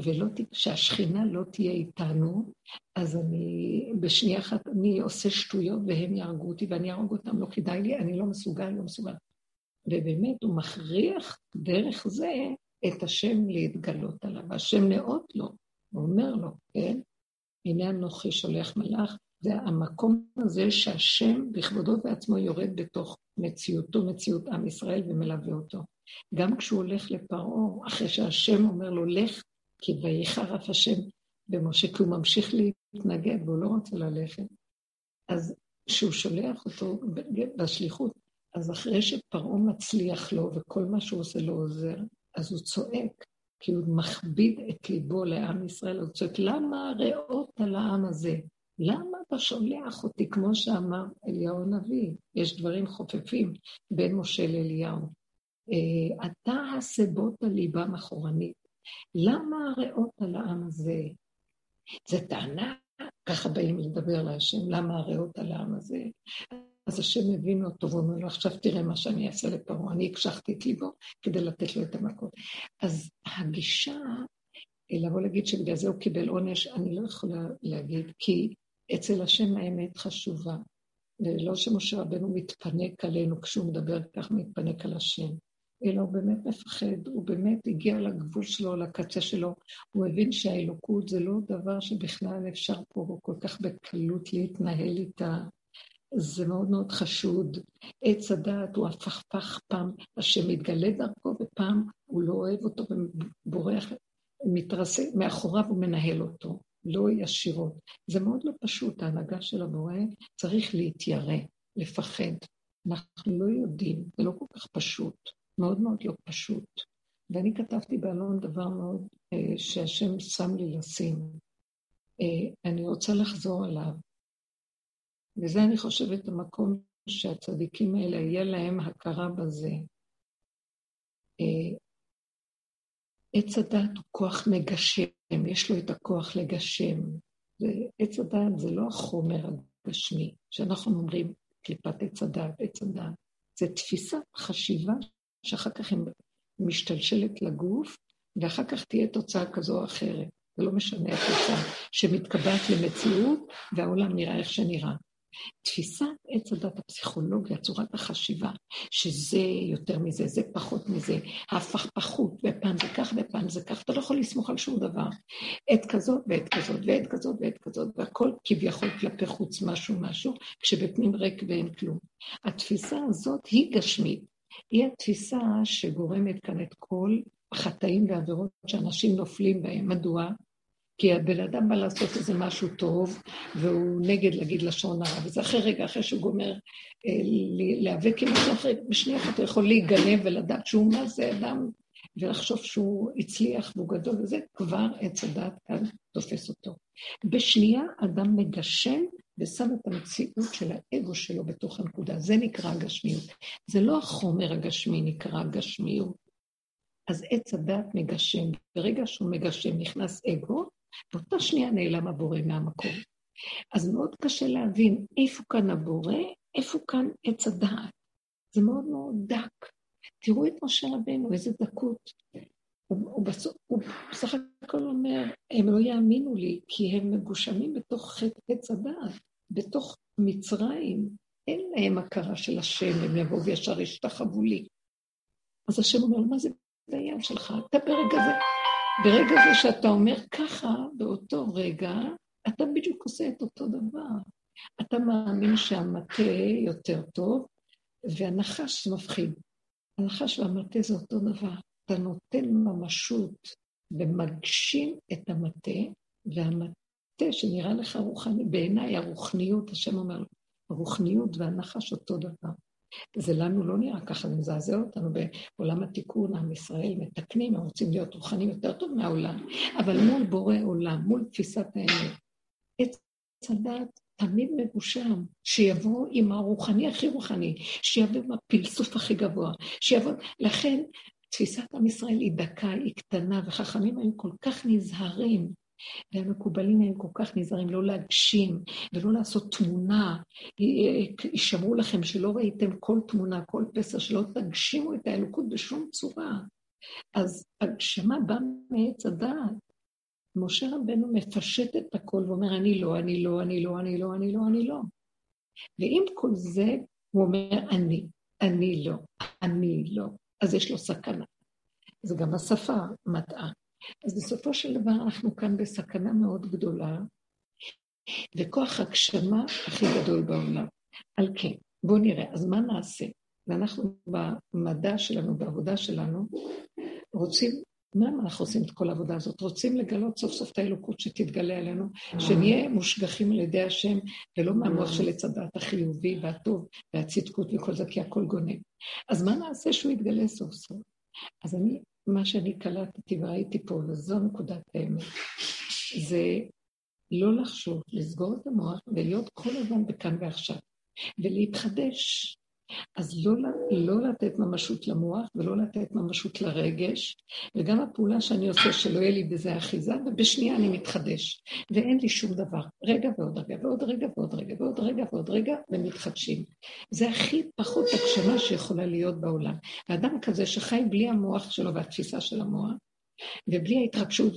שהשכינה לא תהיה איתנו, אז אני, בשנייה אחת, אני עושה שטויות והם יהרגו אותי, ואני אהרוג אותם, לא כדאי לי, אני לא מסוגל, לא מסוגל. ובאמת הוא מכריח דרך זה את השם להתגלות עליו. השם נאות לו, הוא אומר לו, כן? הנה אנוכי שולח מלאך, זה המקום הזה שהשם בכבודו בעצמו יורד בתוך מציאותו, מציאות עם ישראל ומלווה אותו. גם כשהוא הולך לפרעה, אחרי שהשם אומר לו, לך, כי ויחרף השם במשה, כי הוא ממשיך להתנגד והוא לא רוצה ללכת. אז כשהוא שולח אותו בשליחות, אז אחרי שפרעה מצליח לו וכל מה שהוא עושה לו עוזר, אז הוא צועק, כי הוא מכביד את ליבו לעם ישראל, הוא צועק, למה ראות על העם הזה? למה אתה שולח אותי, כמו שאמר אליהו הנביא? יש דברים חופפים בין משה לאליהו. אתה הסבות על ליבם אחורנית. למה הרעות על העם הזה? זה טענה, ככה באים לדבר להשם, למה הרעות על העם הזה? אז השם מבין אותו ואומר לו, עכשיו תראה מה שאני אעשה לפרעה, אני הקשחתי את ליבו כדי לתת לו את המקום. אז הגישה, לבוא להגיד שבגלל זה הוא קיבל עונש, אני לא יכולה להגיד, כי אצל השם האמת חשובה, ולא שמשה רבנו מתפנק עלינו כשהוא מדבר כך, מתפנק על השם. אלא הוא באמת מפחד, הוא באמת הגיע לגבול שלו, לקצה שלו, הוא הבין שהאלוקות זה לא דבר שבכלל אפשר פה כל כך בקלות להתנהל איתה, זה מאוד מאוד חשוד. עץ הדעת הוא הפכפך, פעם השם מתגלה דרכו ופעם הוא לא אוהב אותו ובורח, מתרסה מאחוריו ומנהל אותו, לא ישירות. זה מאוד לא פשוט, ההנהגה של הבורא צריך להתיירא, לפחד. אנחנו לא יודעים, זה לא כל כך פשוט. מאוד מאוד לא פשוט. ואני כתבתי בעלון דבר מאוד שהשם שם לי לשים. אני רוצה לחזור עליו. וזה אני חושבת המקום שהצדיקים האלה יהיה להם הכרה בזה. עץ הדעת הוא כוח מגשם, יש לו את הכוח לגשם. עץ הדעת זה לא החומר הגשמי, שאנחנו אומרים קליפת עץ הדעת, עץ הדעת. זה תפיסת חשיבה שאחר כך היא משתלשלת לגוף, ואחר כך תהיה תוצאה כזו או אחרת. זה לא משנה התוצאה שמתקבעת למציאות, והעולם נראה איך שנראה. תפיסת עץ הדת, הפסיכולוגיה, צורת החשיבה, שזה יותר מזה, זה פחות מזה, ההפכפכות, ופעם זה כך ופעם זה כך, אתה לא יכול לסמוך על שום דבר. עת כזאת ועת כזאת ועת כזאת ועת כזאת, והכל כביכול כלפי חוץ משהו, כשבפנים ריק ואין כלום. התפיסה הזאת היא גשמית, היא התפיסה שגורמת כאן את כל החטאים והעבירות שאנשים נופלים בהם. מדוע? כי הבן אדם בא לעשות איזה משהו טוב, והוא נגד להגיד לשון הרע, וזה אחרי רגע, אחרי שהוא גומר להיאבק עם משהו אחרי, בשנייה אחת הוא יכול להיגנב ולדעת שהוא מה זה אדם, ולחשוב שהוא הצליח והוא גדול, וזה כבר עץ הדעת כאן תופס אותו. בשנייה אדם מגשם, ושם את המציאות של האגו שלו בתוך הנקודה, זה נקרא הגשמיות. זה לא החומר הגשמי נקרא הגשמיות. אז עץ הדעת מגשם, ברגע שהוא מגשם נכנס אגו, באותה שנייה נעלם הבורא מהמקום. אז מאוד קשה להבין איפה כאן הבורא, איפה כאן עץ הדעת. זה מאוד מאוד דק. תראו את משה רבנו, איזה דקות. הוא בסך הכל אומר, הם לא יאמינו לי, כי הם מגושמים בתוך עץ הדעת, בתוך מצרים, אין להם הכרה של השם, הם יבואו וישר ישתחוו לי. אז השם אומר, מה זה בעניין שלך? אתה ברגע זה שאתה אומר ככה, באותו רגע, אתה בדיוק עושה את אותו דבר. אתה מאמין שהמטה יותר טוב, והנחש מפחיד. הנחש והמטה זה אותו דבר. אתה נותן ממשות ומגשים את המטה, והמטה שנראה לך רוחני, בעיניי הרוחניות, השם אומר לו, הרוחניות והנחש אותו דבר. זה לנו לא נראה ככה, זה מזעזע אותנו בעולם התיקון, עם ישראל מתקנים, הם רוצים להיות רוחנים יותר טוב מהעולם, אבל מול בורא עולם, מול תפיסת האמת, עץ הדעת תמיד מגושם, שיבוא עם הרוחני הכי רוחני, שיבוא עם הפלסוף הכי גבוה, שיבוא, לכן תפיסת עם ישראל היא דקה, היא קטנה, וחכמים היו כל כך נזהרים, והמקובלים הם כל כך נזהרים לא להגשים ולא לעשות תמונה, ישמרו לכם שלא ראיתם כל תמונה, כל פסע, שלא תגשימו את האלוקות בשום צורה. אז הגשמה באה מעץ הדעת. משה רבנו מפשט את הכל ואומר אני לא, אני לא, אני לא, אני לא, אני לא, אני לא. ועם כל זה הוא אומר אני לא, אני לא. אז יש לו סכנה. זה גם השפה מטעה. אז בסופו של דבר אנחנו כאן בסכנה מאוד גדולה, וכוח הגשמה הכי גדול בעולם. על כן, בואו נראה, אז מה נעשה? ואנחנו במדע שלנו, בעבודה שלנו, רוצים, מה אנחנו עושים את כל העבודה הזאת? רוצים לגלות סוף סוף את האלוקות שתתגלה עלינו, שנהיה מושגחים על ידי השם, ולא מהמוח של עץ הדעת החיובי והטוב, והצדקות וכל זה, כי הכל גונב. אז מה נעשה שהוא יתגלה סוף סוף? אז מה שאני קלטתי וראיתי פה, וזו נקודת האמת, זה לא לחשוב, לסגור את המוח ולהיות כל הזמן בכאן ועכשיו, ולהתחדש. אז לא לתת ממשות למוח ולא לתת ממשות לרגש, וגם הפעולה שאני עושה שלא יהיה לי בזה אחיזה, ובשנייה אני מתחדש, ואין לי שום דבר, רגע ועוד רגע ועוד רגע ועוד רגע ועוד רגע ועוד רגע, ומתחדשים. זה הכי פחות הגשמה שיכולה להיות בעולם. האדם כזה שחי בלי המוח שלו והתפיסה של המוח, ובלי ההתרגשות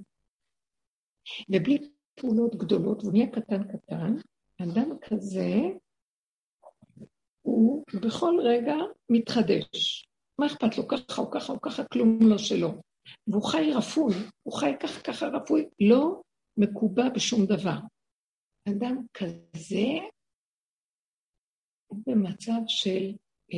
ובלי פעולות גדולות, ונהיה קטן קטן, האדם כזה, הוא בכל רגע מתחדש. מה אכפת לו? ככה או ככה או ככה, כלום לא שלו. והוא חי רפוי, הוא חי ככה רפוי, לא מקובע בשום דבר. אדם כזה הוא במצב של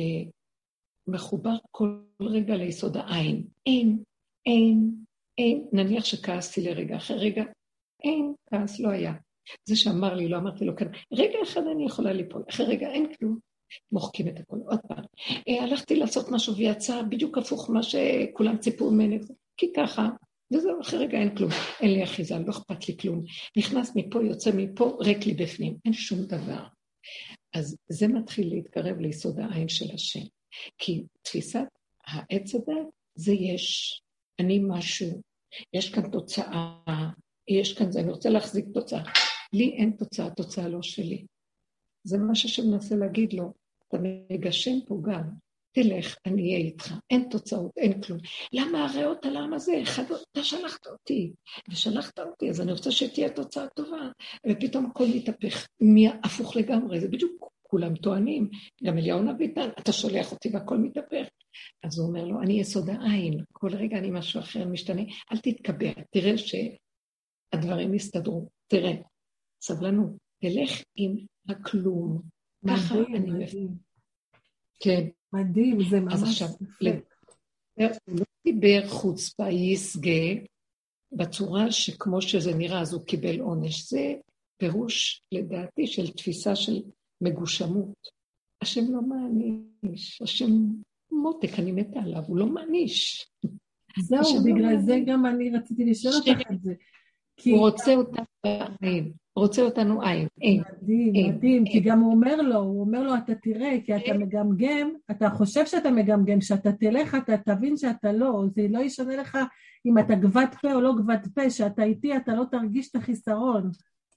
מחובר כל רגע ליסוד העין. אין, נניח שכעסתי לרגע, אחרי רגע, אין, כעס לא היה. זה שאמר לי, לא אמרתי לו כאן, רגע אחד אני יכולה ליפול, אחרי רגע אין כלום. מוחקים את הכל, עוד פעם. הלכתי לעשות משהו ויצא בדיוק הפוך מה שכולם ציפו ממני, כי ככה, וזהו, אחרי רגע אין כלום, אין לי אחיזה, לא אכפת לי כלום. נכנס מפה, יוצא מפה, ריק לי בפנים, אין שום דבר. אז זה מתחיל להתקרב ליסוד העין של השם. כי תפיסת העץ הדת, זה יש, אני משהו, יש כאן תוצאה, יש כאן זה, אני רוצה להחזיק תוצאה. לי אין תוצאה, התוצאה לא שלי. זה מה שמנסה להגיד לו, אתה מגשם פה גם, תלך, אני אהיה איתך, אין תוצאות, אין כלום. למה הריאות על העם הזה? אתה שלחת אותי, ושלחת אותי, אז אני רוצה שתהיה תוצאה טובה, ופתאום הכל מתהפך, הפוך לגמרי, זה בדיוק כולם טוענים, גם אליהו הנביא, אתה שולח אותי והכל מתהפך. אז הוא אומר לו, אני יסוד העין, כל רגע אני משהו אחר משתנה, אל תתקבע, תראה שהדברים יסתדרו, תראה, סבלנות, תלך עם הכלום. ככה אני מבין. כן. מדהים, זה ממש. אז עכשיו, לא דיבר חוצפה יסגה, בצורה שכמו שזה נראה, אז הוא קיבל עונש. זה פירוש, לדעתי, של תפיסה של מגושמות. השם לא מעניש, השם מותק, אני מתה עליו, הוא לא מעניש. זהו, בגלל זה גם אני רציתי לשאול אותך את זה. הוא רוצה אותנו בעין, רוצה אותנו עין. מדהים, כי גם הוא אומר לו, אתה תראה, כי אתה מגמגם, אתה חושב שאתה מגמגם, שאתה תלך, אתה תבין שאתה לא, זה לא ישנה לך אם אתה גבת פה או לא גבת פה, שאתה איתי, אתה לא תרגיש את החיסרון.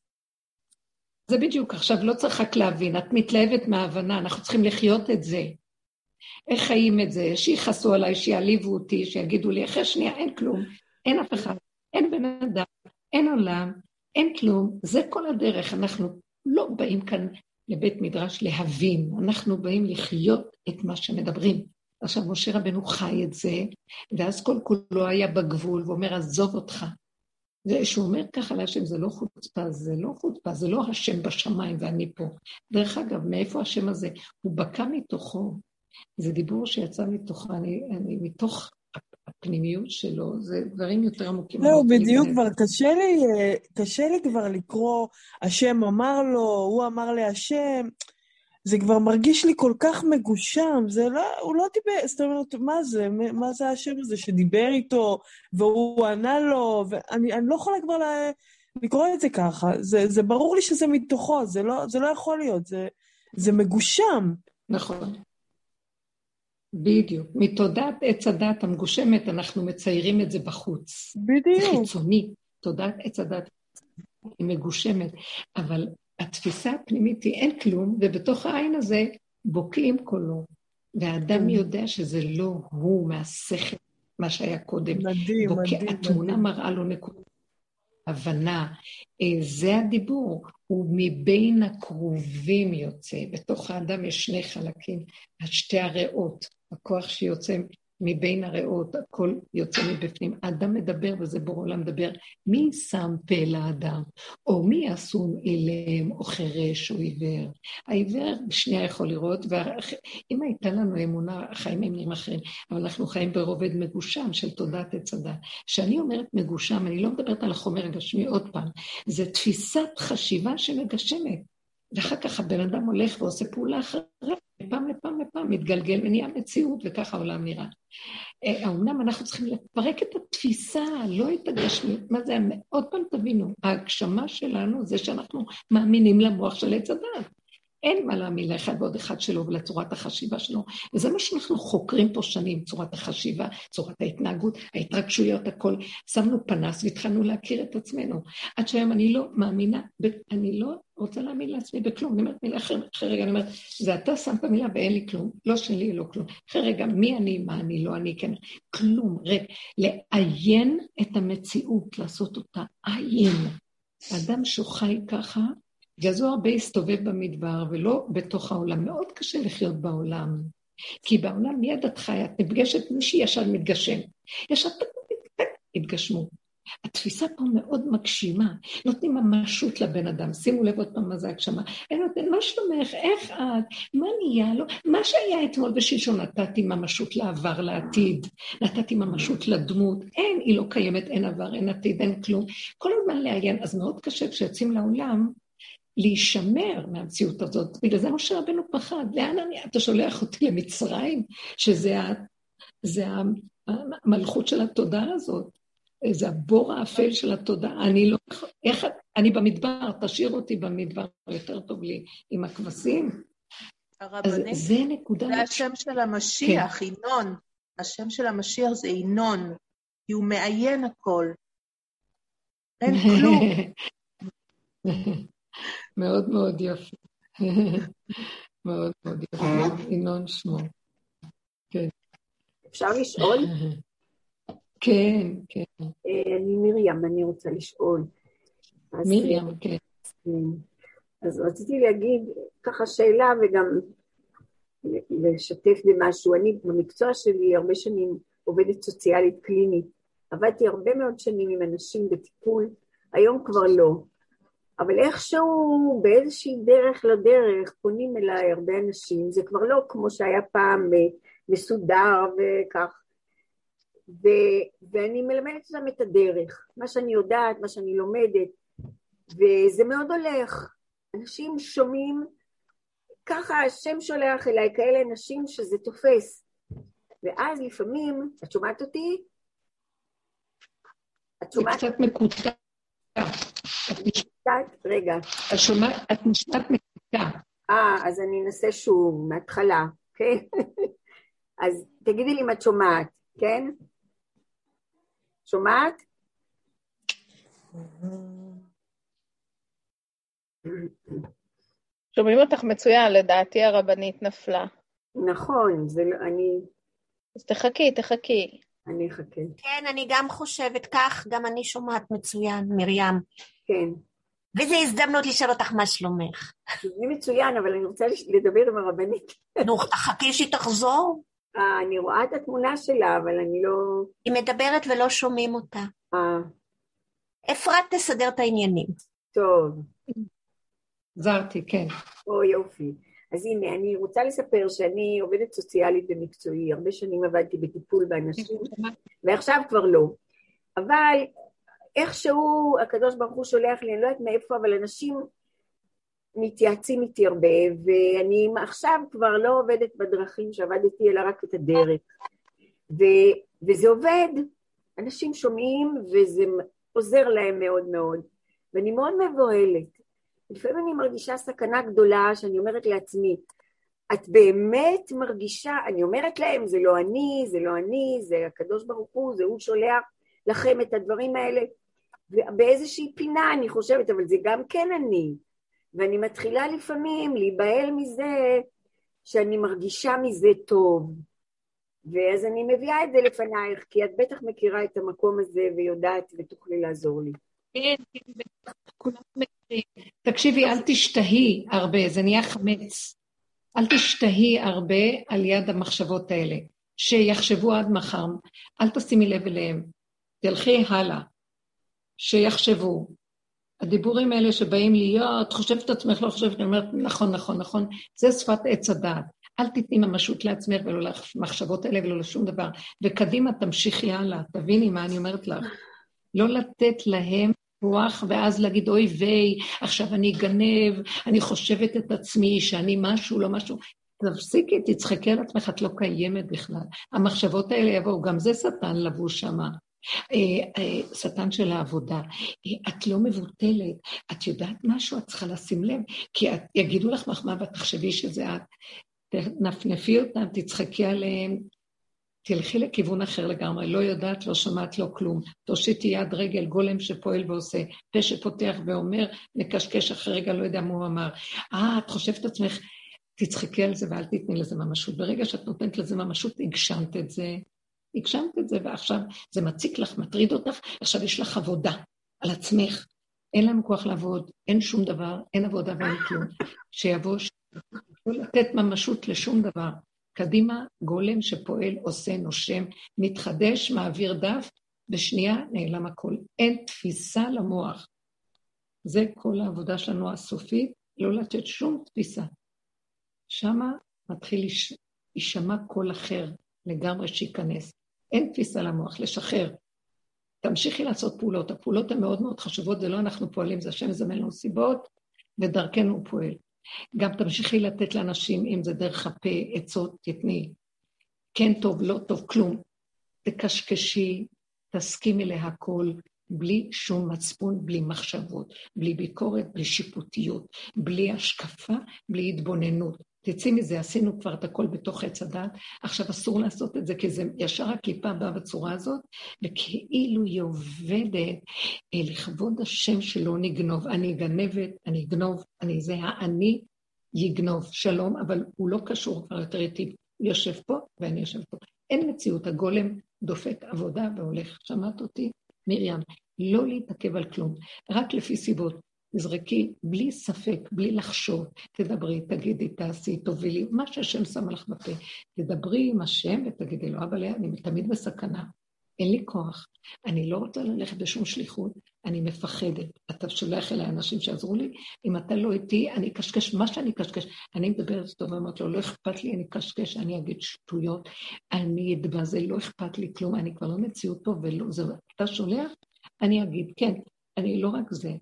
זה בדיוק, עכשיו לא צריך רק להבין, את מתלהבת מההבנה, אנחנו צריכים לחיות את זה. איך חיים את זה? שיחסו עליי, שיעליבו אותי, שיגידו לי, אחרי שנייה, אין כלום, אין אף אחד, אין בן אדם, אין עולם, אין כלום, זה כל הדרך, אנחנו לא באים כאן לבית מדרש להבין. אנחנו באים לחיות את מה שמדברים. עכשיו משה רבנו חי את זה, ואז כל כולו היה בגבול, ואומר, עזוב אותך. שהוא אומר ככה להשם, זה לא חוצפה, זה לא חוצפה, זה לא השם בשמיים ואני פה. דרך אגב, מאיפה השם הזה? הוא בקע מתוכו. זה דיבור שיצא מתוכו, אני מתוך הפנימיות שלו, זה דברים יותר עמוקים. לא, בדיוק כבר, קשה לי כבר לקרוא, השם אמר לו, הוא אמר להשם, זה כבר מרגיש לי כל כך מגושם, זה לא, הוא לא דיבר, זאת אומרת, מה זה השם הזה שדיבר איתו, והוא ענה לו, ואני לא יכולה כבר לקרוא את זה ככה, זה ברור לי שזה מתוכו, זה לא יכול להיות, זה מגושם. נכון. בדיוק. מתודעת עץ הדת המגושמת, אנחנו מציירים את זה בחוץ. בדיוק. זה חיצוני. תודעת עץ הדת היא מגושמת, אבל התפיסה הפנימית היא אין כלום, ובתוך העין הזה בוקעים קולו. והאדם יודע שזה לא הוא מהשכל, מה שהיה קודם. מדהים, מדהים. התמונה מראה לו נקודה. הבנה, זה הדיבור, הוא מבין הקרובים יוצא, בתוך האדם יש שני חלקים, שתי הריאות, הכוח שיוצא מבין הריאות, הכל יוצא מבפנים, האדם מדבר וזה בור עולם מדבר, מי שם פה לאדם, או מי עשום אילם, או חרש, או עיוור, העיוור בשנייה יכול לראות, ואם הייתה לנו אמונה, החיים הם נראים אחרים, אבל אנחנו חיים ברובד מגושם של תודעת עץ הדת, שאני אומרת מגושם, אני לא מדברת על החומר הגשמי עוד פעם, זה תפיסת חשיבה שמגשמת, ואחר כך הבן אדם הולך ועושה פעולה אחרת, מפעם לפעם מתגלגל ונהיה מציאות, וככה העולם נראה. האמנם אנחנו צריכים לפרק את התפיסה, לא את הגשמיות, מה זה? עוד פעם תבינו, ההגשמה שלנו זה שאנחנו מאמינים למוח של עץ הדת. אין מה להאמין לאחד ועוד אחד שלו ולצורת החשיבה שלו, וזה מה שאנחנו חוקרים פה שנים, צורת החשיבה, צורת ההתנהגות, ההתרגשויות, הכל. שמנו פנס והתחלנו להכיר את עצמנו. עד שהיום אני לא מאמינה, אני לא רוצה להאמין לעצמי בכלום, אני אומרת מילה אחרי רגע, אני אומרת, זה אתה שמת מילה ואין לי כלום, לא שלי, לא כלום. אחרי רגע, מי אני, מה אני, לא אני, כן, כלום, לעיין את המציאות, לעשות אותה עיין. האדם שחי ככה, גזו הרבה הסתובב במדבר, ולא בתוך העולם. מאוד קשה לחיות בעולם. כי בעולם מיד את חיה, את נפגשת מישהי ישר מתגשם. ישר התגשמו. התפיסה פה מאוד מגשימה. נותנים ממשות לבן אדם. שימו לב עוד פעם מה זה הגשמה. אני נותן, מה שלומך? איך את? מה נהיה לו? מה שהיה אתמול ושלשום נתתי ממשות לעבר, לעתיד. נתתי ממשות לדמות. אין, היא לא קיימת, אין עבר, אין עתיד, אין כלום. כל הזמן לעיין. אז מאוד קשה כשיוצאים לעולם, להישמר מהמציאות הזאת. בגלל זה משה רבנו פחד. לאן אתה שולח אותי למצרים? שזה המלכות של התודעה הזאת. זה הבור האפל של התודעה. אני לא... אני במדבר, תשאיר אותי במדבר, יותר טוב לי עם הכבשים. הרבנית, זה נקודה... זה השם של המשיח, כן. אינון. השם של המשיח זה אינון. כי הוא מעיין הכל. אין כלום. מאוד מאוד יפה. מאוד מאוד יפה. אינון שמו. כן. אפשר לשאול? כן, כן. אני מרים, אני רוצה לשאול. מרים, כן. אז רציתי להגיד ככה שאלה וגם לשתף במשהו. אני במקצוע שלי הרבה שנים עובדת סוציאלית קלינית. עבדתי הרבה מאוד שנים עם אנשים בטיפול, היום כבר לא. אבל איכשהו באיזושהי דרך לדרך פונים אליי הרבה אנשים, זה כבר לא כמו שהיה פעם מסודר וכך. ואני מלמדת אותם את הדרך, מה שאני יודעת, מה שאני לומדת, וזה מאוד הולך. אנשים שומעים, ככה השם שולח אליי כאלה אנשים שזה תופס. ואז לפעמים, את שומעת אותי? את שומעת? קצת מקוטע. רגע. את נשמעת מקוטע. אז אני אנסה שוב, מההתחלה, כן? אז תגידי לי אם את שומעת, כן? שומעת? שומעים אותך מצוין, לדעתי הרבנית נפלה. נכון, זה לא, אני... אז תחכי. אני אחכה. כן, אני גם חושבת כך, גם אני שומעת מצוין, מרים. כן. וזו הזדמנות לשאול אותך מה שלומך. זה מצוין, אבל אני רוצה לדבר עם הרבנית. נו, תחכי שהיא תחזור. אני רואה את התמונה שלה, אבל אני לא... היא מדברת ולא שומעים אותה. אפרת תסדר את העניינים. טוב. זרתי, כן. יופי. אז הנה, אני רוצה לספר שאני עובדת סוציאלית במקצועי, הרבה שנים עבדתי בטיפול באנשים, ועכשיו כבר לא. אבל איכשהו הקדוש ברוך הוא שולח לי, אני לא יודעת מאיפה, אבל אנשים מתייעצים איתי הרבה, ואני עכשיו כבר לא עובדת בדרכים שעבדתי, אלא רק את הדרך. וזה עובד, אנשים שומעים, וזה עוזר להם מאוד מאוד, ואני מאוד מבוהלת. לפעמים אני מרגישה סכנה גדולה, שאני אומרת לעצמי, את באמת מרגישה, אני אומרת להם, זה לא אני, זה לא אני, זה הקדוש ברוך הוא, זה הוא שולח לכם את הדברים האלה, ובאיזושהי פינה אני חושבת, אבל זה גם כן אני, ואני מתחילה לפעמים להיבהל מזה, שאני מרגישה מזה טוב, ואז אני מביאה את זה לפנייך, כי את בטח מכירה את המקום הזה, ויודעת ותוכלי לעזור לי. כן, כולם מכירים. תקשיבי, אל תשתהי הרבה, זה נהיה חמץ. אל תשתהי הרבה על יד המחשבות האלה, שיחשבו עד מחר, אל תשימי לב אליהם, תלכי הלאה, שיחשבו. הדיבורים האלה שבאים לי, את חושבת את עצמך, לא חושבת, אני אומרת, נכון, נכון, נכון, זה שפת עץ הדעת. אל תתני ממשות לעצמך ולא למחשבות האלה ולא לשום דבר. וקדימה תמשיכי הלאה, תביני מה אני אומרת לך. לא לתת להם רוח ואז להגיד, אוי ויי, עכשיו אני אגנב, אני חושבת את עצמי שאני משהו, לא משהו. תפסיקי, תצחקי על עצמך, את לא קיימת בכלל. המחשבות האלה יבואו, גם זה שטן לבוש שמה. שטן של העבודה. את לא מבוטלת, את יודעת משהו, את צריכה לשים לב, כי יגידו לך מחמה ותחשבי שזה את. תנפנפי אותם, תצחקי עליהם, תלכי לכיוון אחר לגמרי, לא יודעת, לא שמעת, לא כלום. תושיטי יד רגל, גולם שפועל ועושה, פה שפותח ואומר, מקשקש אחרי רגע, לא יודע מה הוא אמר. את חושבת עצמך, תצחקי על זה ואל תתני לזה ממשות. ברגע שאת נותנת לזה ממשות, הגשמת את זה, ועכשיו זה מציק לך, מטריד אותך, עכשיו יש לך עבודה על עצמך. אין לנו כוח לעבוד, אין שום דבר, אין עבודה ואין כלום. שיבוא, לא לתת ממשות לשום דבר. קדימה, גולם שפועל, עושה, נושם, מתחדש, מעביר דף, בשנייה נעלם הכל. אין תפיסה למוח. זה כל העבודה שלנו הסופית, לא לתת שום תפיסה. שמה מתחיל להישמע כל אחר לגמרי שיכנס. אין תפיסה למוח, לשחרר. תמשיכי לעשות פעולות. הפעולות הן מאוד מאוד חשובות, זה לא אנחנו פועלים, זה השם מזמן לנו סיבות, ודרכנו הוא פועל. גם תמשיכי לתת לאנשים, אם זה דרך הפה, עצות, תתני. כן טוב, לא טוב, כלום. תקשקשי, תסכימי להכל, בלי שום מצפון, בלי מחשבות, בלי ביקורת, בלי שיפוטיות, בלי השקפה, בלי התבוננות. תצאי מזה, עשינו כבר את הכל בתוך עץ הדת, עכשיו אסור לעשות את זה, כי זה ישר הקליפה באה בצורה הזאת, וכאילו היא עובדת לכבוד השם שלא נגנוב. אני גנבת, אני אגנוב, אני זה האני יגנוב, שלום, אבל הוא לא קשור כבר יותר איתי, הוא יושב פה ואני יושב פה. אין מציאות, הגולם דופק עבודה והולך. שמעת אותי? מרים, לא להתעכב על כלום, רק לפי סיבות. תזרקי בלי ספק, בלי לחשוב, תדברי, תגידי, תעשי, תובילי, מה שהשם שם לך בפה. תדברי עם השם ותגידי לו, אבל אני תמיד בסכנה, אין לי כוח, אני לא רוצה ללכת בשום שליחות, אני מפחדת. אתה שולח אליי אנשים שעזרו לי, אם אתה לא איתי, אני קשקש, מה שאני קשקש, אני מדברת טוב ואומרת לו, לא אכפת לי, אני קשקש, אני אגיד שטויות, אני אדבר, זה לא אכפת לי כלום, אני כבר לא מציאות פה, ולא, זה, אתה שולח, אני אגיד, כן, אני לא רק זה.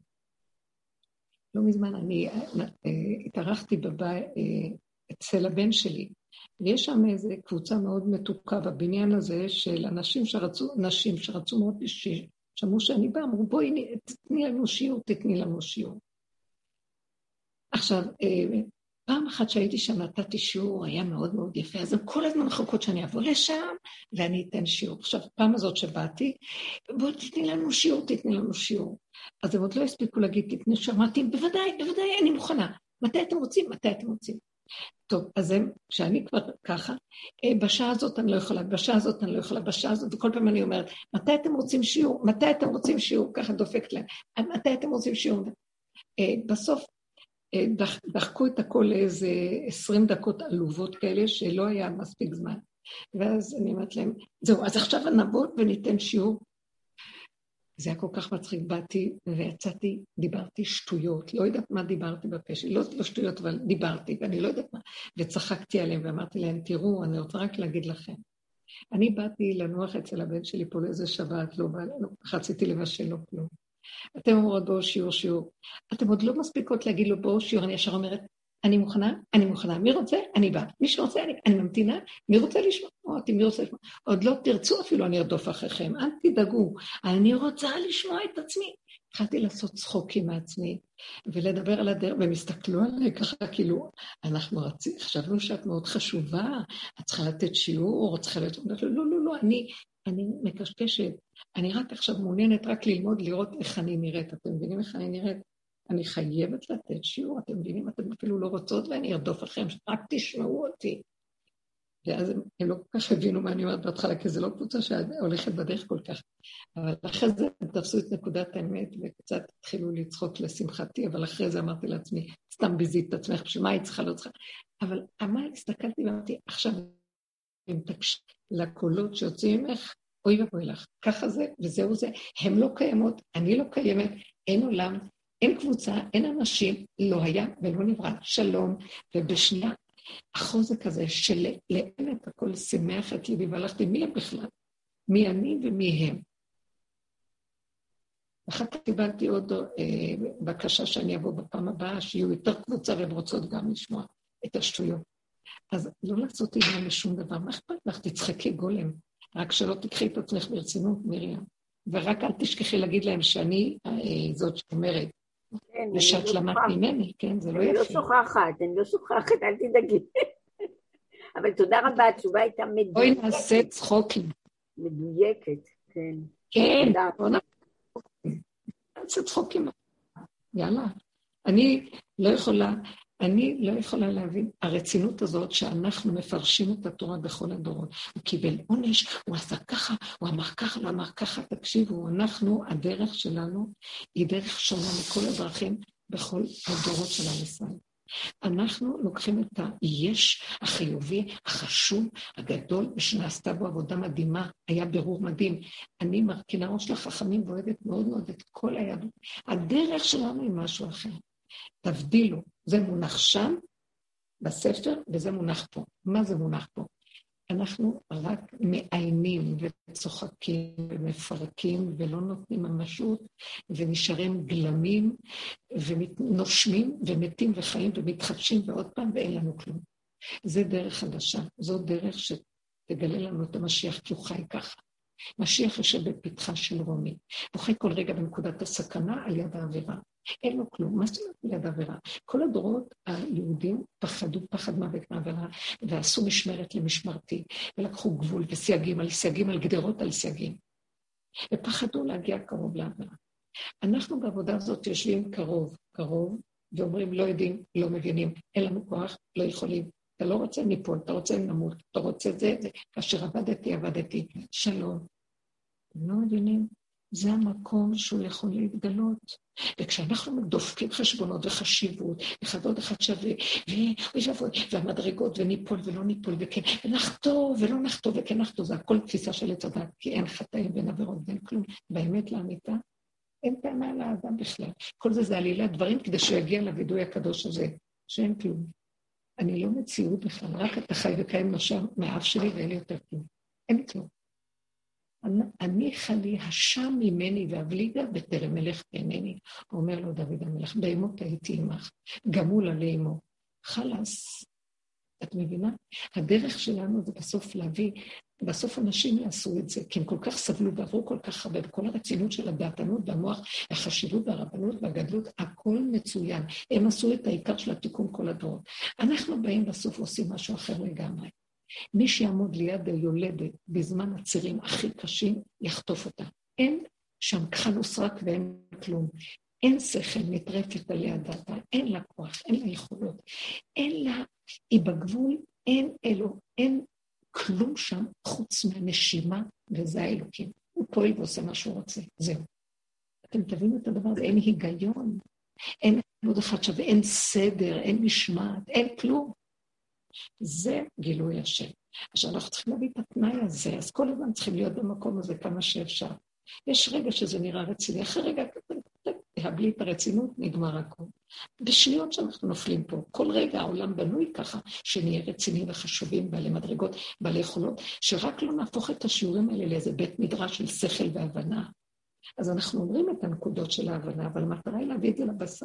לא מזמן אני התארחתי בבית אצל הבן שלי, ויש שם איזו קבוצה מאוד מתוקה בבניין הזה של אנשים שרצו מאוד שמעו שאני באה, אמרו בואי תתני לנו שיעור. עכשיו, פעם אחת שהייתי שם נתתי שיעור, היה מאוד מאוד יפה, אז הם כל הזמן מחכות שאני אבוא לשם ואני אתן שיעור. עכשיו, פעם הזאת שבאתי, בואי תתני לנו שיעור. אז הם עוד לא הספיקו להגיד, תתני שיעור, אמרתי, בוודאי, אני מוכנה. מתי אתם רוצים? טוב, אז כשאני כבר ככה, בשעה הזאת אני לא יכולה, בשעה הזאת, וכל פעם אני אומרת, מתי אתם רוצים שיעור? ככה דופקת להם, מתי אתם רוצים שיעור? בסוף דחקו את הכל לאיזה 20 דקות עלובות כאלה, שלא היה מספיק זמן. ואז אני אומרת להם, זהו, אז עכשיו נעבוד וניתן שיעור. זה היה כל כך מצחיק, באתי ויצאתי, דיברתי שטויות, לא יודעת מה דיברתי בפה שלי, לא שטויות, אבל דיברתי, ואני לא יודעת מה, וצחקתי עליהם ואמרתי להם, תראו, אני רוצה רק להגיד לכם, אני באתי לנוח אצל הבן שלי פה לאיזה שבת, לא רציתי לבשל לו כלום. אתם אומרות בואו שיעור, אתם עוד לא מספיקות להגיד לו בואו שיעור, אני ישר אומרת, אני מוכנה, מי רוצה? אני באה, מי שרוצה, אני ממתינה, מי רוצה לשמוע? מי רוצה לשמוע? עוד לא תרצו אפילו, אני ארדוף אחריכם, אל תדאגו, אני רוצה לשמוע את עצמי. התחלתי לעשות צחוקים מעצמי, ולדבר על הדרך, והם הסתכלו עליי ככה, כאילו, אנחנו חשבנו שאת מאוד חשובה, את צריכה לתת שיעור, צריכה לתת, לא, אני מקשקשת, אני רק עכשיו מעוניינת רק ללמוד, לראות איך אני נראית, אתם מבינים איך אני נראית? אני חייבת לתת שיעור, אתם מבינים, אתם אפילו לא רוצות, ואני ארדוף לכם, רק תשמעו אותי. ואז הם לא כל כך הבינו מה אני אומרת בהתחלה, כי זה לא קבוצה שהולכת בדרך כל כך. אבל אחרי זה הם תפסו את נקודת האמת, וקצת התחילו לצחוק לשמחתי, אבל אחרי זה אמרתי לעצמי, סתם ביזית את עצמך, שמה היא צריכה, לא צריכה. אבל מה הסתכלתי ואמרתי, עכשיו, אם תקשיב לקולות שיוצאים ממך, אוי ובואי לך, ככה זה וזהו זה, הם לא קיימות, אני לא קיימת, אין עולם, אין קבוצה, אין אנשים, לא היה ולא נברא, שלום, ובשנייה, החוזק הזה של לאמת הכל שמח את ליבי, והלכתי מי הם בכלל? מי אני ומי הם? אחר כך קיבלתי עוד בקשה שאני אבוא בפעם הבאה, שיהיו יותר קבוצה והן רוצות גם לשמוע את השטויות. אז לא לעשות איתם משום דבר, מה אכפת לך? תצחקי גולם, רק שלא תקחי את עצמך ברצינות, מרים, ורק אל תשכחי להגיד להם שאני זאת שאומרת, ושאת למדת ממני, כן? זה לא יפה. אני לא שוכחת, אל תדאגי. אבל תודה רבה, התשובה הייתה מדויקת. בואי נעשה צחוקים. מדויקת, כן. כן, בוא נעשה צחוקים. יאללה. אני לא יכולה להבין, הרצינות הזאת שאנחנו מפרשים את התורה בכל הדורות. הוא קיבל עונש, הוא עשה ככה, הוא אמר ככה, תקשיבו, הדרך שלנו היא דרך שונה מכל הדרכים בכל הדורות של עם ישראל. אנחנו לוקחים את היש החיובי, החשוב, הגדול, ושנעשתה בו עבודה מדהימה, היה ברור מדהים. אני מרכינה ראש לחכמים ואוהבת מאוד מאוד את כל היהדות. הדרך שלנו היא משהו אחר. תבדילו, זה מונח שם בספר וזה מונח פה. מה זה מונח פה? אנחנו רק מעיינים וצוחקים ומפרקים ולא נותנים ממשות ונשארים גלמים ונושמים ומתים וחיים ומתחדשים ועוד פעם ואין לנו כלום. זה דרך חדשה, זו דרך שתגלה לנו את המשיח כי הוא חי ככה. משיח יושב בפתחה של רומי, הוא חי כל רגע בנקודת הסכנה על יד העבירה. אין לו כלום, מה זאת אומרת ליד עבירה? כל הדורות היהודים פחדו פחד מוות מעבירה, ועשו משמרת למשמרתי, ולקחו גבול וסייגים על סייגים, על גדרות על סייגים, ופחדו להגיע קרוב לעבירה. אנחנו בעבודה הזאת יושבים קרוב, ואומרים לא יודעים, לא מבינים, אין לנו כוח, לא יכולים, אתה לא רוצה ניפול, אתה רוצה נמות, אתה רוצה זה, כאשר עבדתי, שלום. לא מבינים? זה המקום שהוא יכול להתגלות. וכשאנחנו דופקים חשבונות וחשיבות, אחד עוד אחד שווה, והמדרגות, וניפול ולא ניפול, וכן, ונחתור ולא נחתור, וכן נחתור, זה הכל תפיסה של הצדק, כי אין חטאים בין עבירות, ואין כלום. באמת לאמיתה, אין טענה על האדם בכלל. כל זה עלילת דברים כדי שיגיע לוידוי הקדוש הזה, שאין כלום. אני לא מציאות בכלל, רק אתה חי וקיים נושם מהאף שלי ואין לי יותר כלום. אין כלום. אני חלי השם ממני והבליגה בטרם מלך בעיניני, אומר לו דוד המלך, בהמות הייתי עמך, גמול עלי עמו. חלס, את מבינה? הדרך שלנו זה בסוף להביא, בסוף אנשים יעשו את זה, כי הם כל כך סבלו ועברו כל כך הרבה, בכל הרצינות של הדעתנות והמוח, החשיבות והרבנות והגדלות, הכל מצוין. הם עשו את העיקר של התיקון כל הדורות. אנחנו באים בסוף ועושים משהו אחר לגמרי. מי שיעמוד ליד היולדת בזמן הצירים הכי קשים, יחטוף אותה. אין שם כחלוס רק ואין כלום. אין שכל, נטרפת עליה דעתה, אין לה כוח, אין לה יכולות. אין לה, היא בגבול, אין כלום שם חוץ מהנשימה, וזה האלוקים. הוא פועל ועושה מה שהוא רוצה, זהו. אתם תבינו את הדבר הזה, אין היגיון. אין עוד אחד שווה, אין סדר, אין משמעת, אין כלום. זה גילוי השם. עכשיו אנחנו צריכים להביא את התנאי הזה, אז כל הזמן צריכים להיות במקום הזה כמה שאפשר. יש רגע שזה נראה רציני, אחרי רגע בלי את הרצינות נגמר הכל. בשניות שאנחנו נופלים פה, כל רגע העולם בנוי ככה, שנהיה רצינים וחשובים, בעלי מדרגות, בעלי יכולות, שרק לא נהפוך את השיעורים האלה לאיזה בית מדרש של שכל והבנה. אז אנחנו אומרים את הנקודות של ההבנה, אבל המטרה היא להביא את זה לבשר.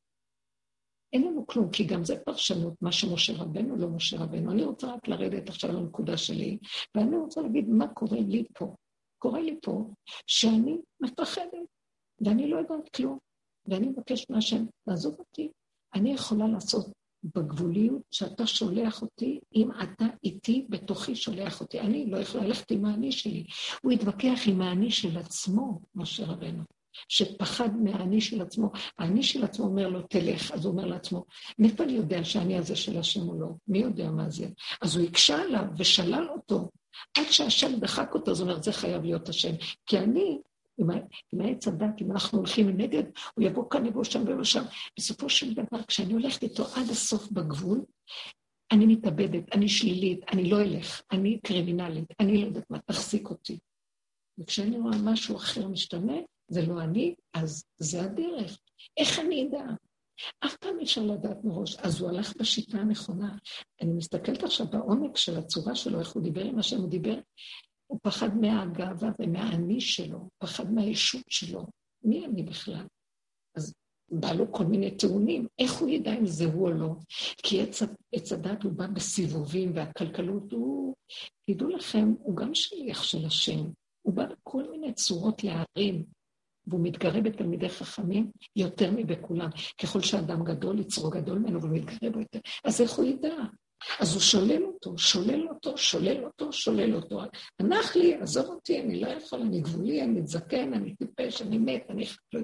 אין לנו כלום, כי גם זה פרשנות, מה שמשה רבנו, לא משה רבנו. אני רוצה רק לרדת עכשיו לנקודה שלי, ואני רוצה להגיד מה קורה לי פה. קורה לי פה שאני מפחדת, ואני לא יודעת כלום, ואני מבקש מהשם, לעזוב אותי. אני יכולה לעשות בגבוליות שאתה שולח אותי, אם אתה איתי בתוכי שולח אותי. אני לא יכולה ללכת עם האני שלי. הוא התווכח עם האני של עצמו, משה רבנו. שפחד מהאני של עצמו, האני של עצמו אומר לו תלך, אז הוא אומר לעצמו, מאיפה אני יודע שהאני הזה של השם או לא? מי יודע מה זה? אז הוא הקשה עליו ושלל אותו, עד שהשם דחק אותו, אז הוא אומר, זה חייב להיות השם, כי אני, עם העץ הדת, אם אנחנו הולכים מנגד, הוא יבוא כאן, יבוא שם ויבוא שם, בסופו של דבר, כשאני הולכת איתו עד הסוף בגבול, אני מתאבדת, אני שלילית, אני לא אלך, אני קרימינלית, אני לא יודעת מה, תחזיק אותי. וכשאני רואה משהו אחר משתנה, זה לא אני, אז זה הדרך. איך אני אדע? אף פעם אי אפשר לדעת מראש. אז הוא הלך בשיטה הנכונה. אני מסתכלת עכשיו בעומק של הצורה שלו, איך הוא דיבר עם השם, הוא דיבר, הוא פחד מהגאווה ומהאני שלו, הוא פחד מהישות שלו. מי אני בכלל? אז בא לו כל מיני טעונים. איך הוא ידע אם זה הוא או לא? כי עץ הדת הוא בא בסיבובים, והכלכלות הוא, תדעו לכם, הוא גם שליח של השם. הוא בא בכל מיני צורות להרים, והוא מתגרה בתלמידי חכמים יותר מבכולם. ככל שאדם גדול, יצרו גדול ממנו, והוא מתגרה בו יותר. אז איך הוא ידע? אז הוא שולל אותו, שולל אותו, שולל אותו, שולל אותו. הנח לי, עזוב אותי, אני לא יכול, אני גבולי, אני זקן, אני טיפש, אני מת, אני חכלות.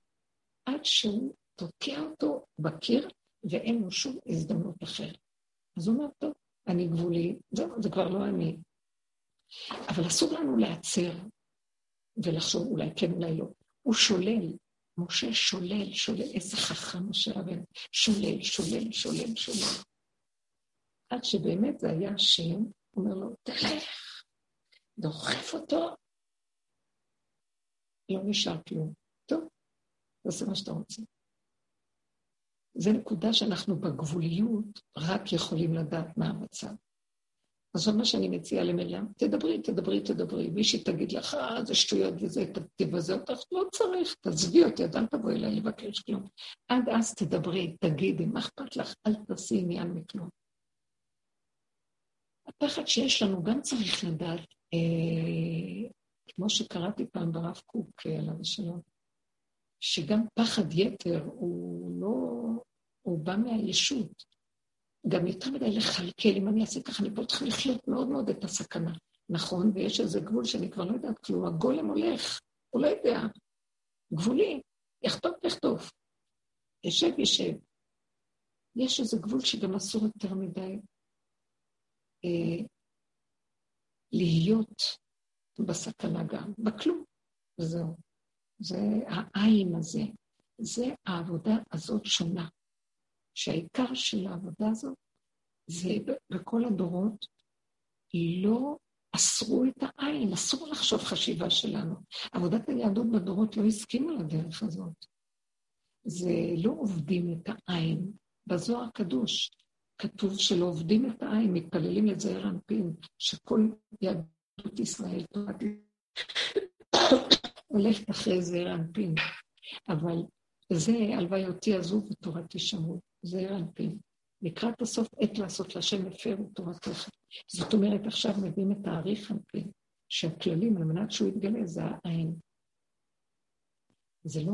עד שהוא תוקע אותו בקיר, ואין לו שום הזדמנות אחרת. אז הוא אומר, טוב, אני גבולי, זה כבר לא אני. אבל אסור לנו לעצר ולחשוב אולי כן, אולי לא. הוא שולל, משה שולל, איזה חכם משה רבנו, שולל. עד שבאמת זה היה השם, אומר לו, תלך, דוחף אותו, לא נשאר כלום. טוב, זה מה שאתה רוצה. זה נקודה שאנחנו בגבוליות רק יכולים לדעת מה המצב. אז מה שאני מציעה למרים, תדברי, מישהי תגיד לך, זה שטויות וזה, תבזה אותך, לא צריך, תעזבי אותי, אל תבואי אליי לבקש כלום. עד אז תדברי, תגידי, מה אכפת לך, אל תעשי עניין מכלום. הפחד שיש לנו גם צריך לדעת, כמו שקראתי פעם ברב קוק עליו השלום, שגם פחד יתר הוא בא מהישות, גם יותר מדי לחלקל, אם אני אעשה ככה, אני פה צריך לחיות מאוד מאוד את הסכנה. נכון, ויש איזה גבול שאני כבר לא יודעת כלום, הגולם הולך, הוא לא יודע, גבולי, יחטוף. ישב. יש איזה גבול שגם אסור יותר מדי להיות בסכנה גם, בכלום. וזהו. זה העין הזה, זה העבודה הזאת שונה. שהעיקר של העבודה הזאת, זה בכל הדורות, לא אסרו את העין, אסור לחשוב חשיבה שלנו. עבודת היהדות בדורות לא הסכימה לדרך הזאת. זה לא עובדים את העין. בזוהר הקדוש כתוב שלא עובדים את העין, מתפללים לזעיר אנפין, שכל יהדות ישראל הולכת אחרי זעיר אנפין. אבל זה הלוויותי עזוב ותורתי שמרו. זעיר אנפין. לקראת הסוף עת לעשות להשם הפרו תורתך. זאת אומרת, עכשיו מביאים את תאריך אנפין, שהכללים על מנת שהוא יתגלה זה העין. זה לא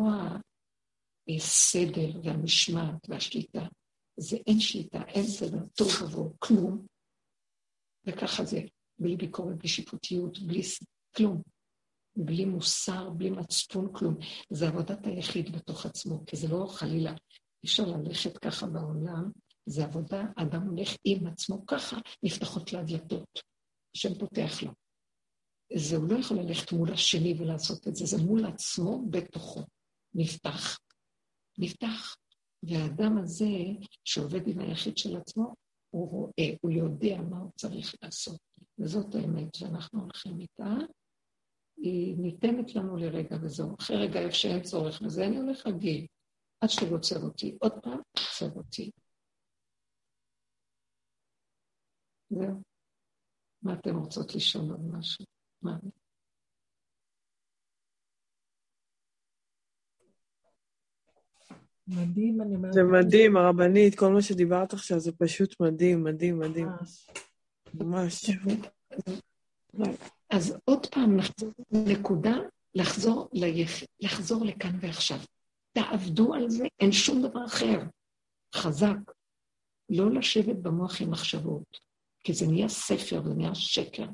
הסדר והמשמעת והשליטה. זה אין שליטה, אין סדר, טוב עבור, כלום. וככה זה, בלי ביקורת, בלי שיפוטיות, בלי כלום. בלי מוסר, בלי מצפון, כלום. זה עבודת היחיד בתוך עצמו, כי זה לא חלילה. אפשר ללכת ככה בעולם, זה עבודה, אדם הולך עם עצמו ככה, נפתחות לה דלתות, השם פותח לו. זה הוא לא יכול ללכת מול השני ולעשות את זה, זה מול עצמו בתוכו, נפתח. נפתח. והאדם הזה, שעובד עם היחיד של עצמו, הוא רואה, הוא יודע מה הוא צריך לעשות. וזאת האמת שאנחנו הולכים איתה, היא ניתנת לנו לרגע וזהו. אחרי רגע איפה שאין צורך לזה, אני הולך רגיל, עד שהוא עוצר אותי. עוד פעם, עוצר אותי. זהו. מה אתם רוצות לשאול עוד משהו? מה? מדהים, אני אומרת. זה מדהים, הרבנית, כל מה שדיברת עכשיו זה פשוט מדהים, מדהים, מדהים. ממש. אז עוד פעם נחזור לנקודה, לחזור לכאן ועכשיו. תעבדו על זה, אין שום דבר אחר. חזק. לא לשבת במוח עם מחשבות, כי זה נהיה ספר, זה נהיה שקר.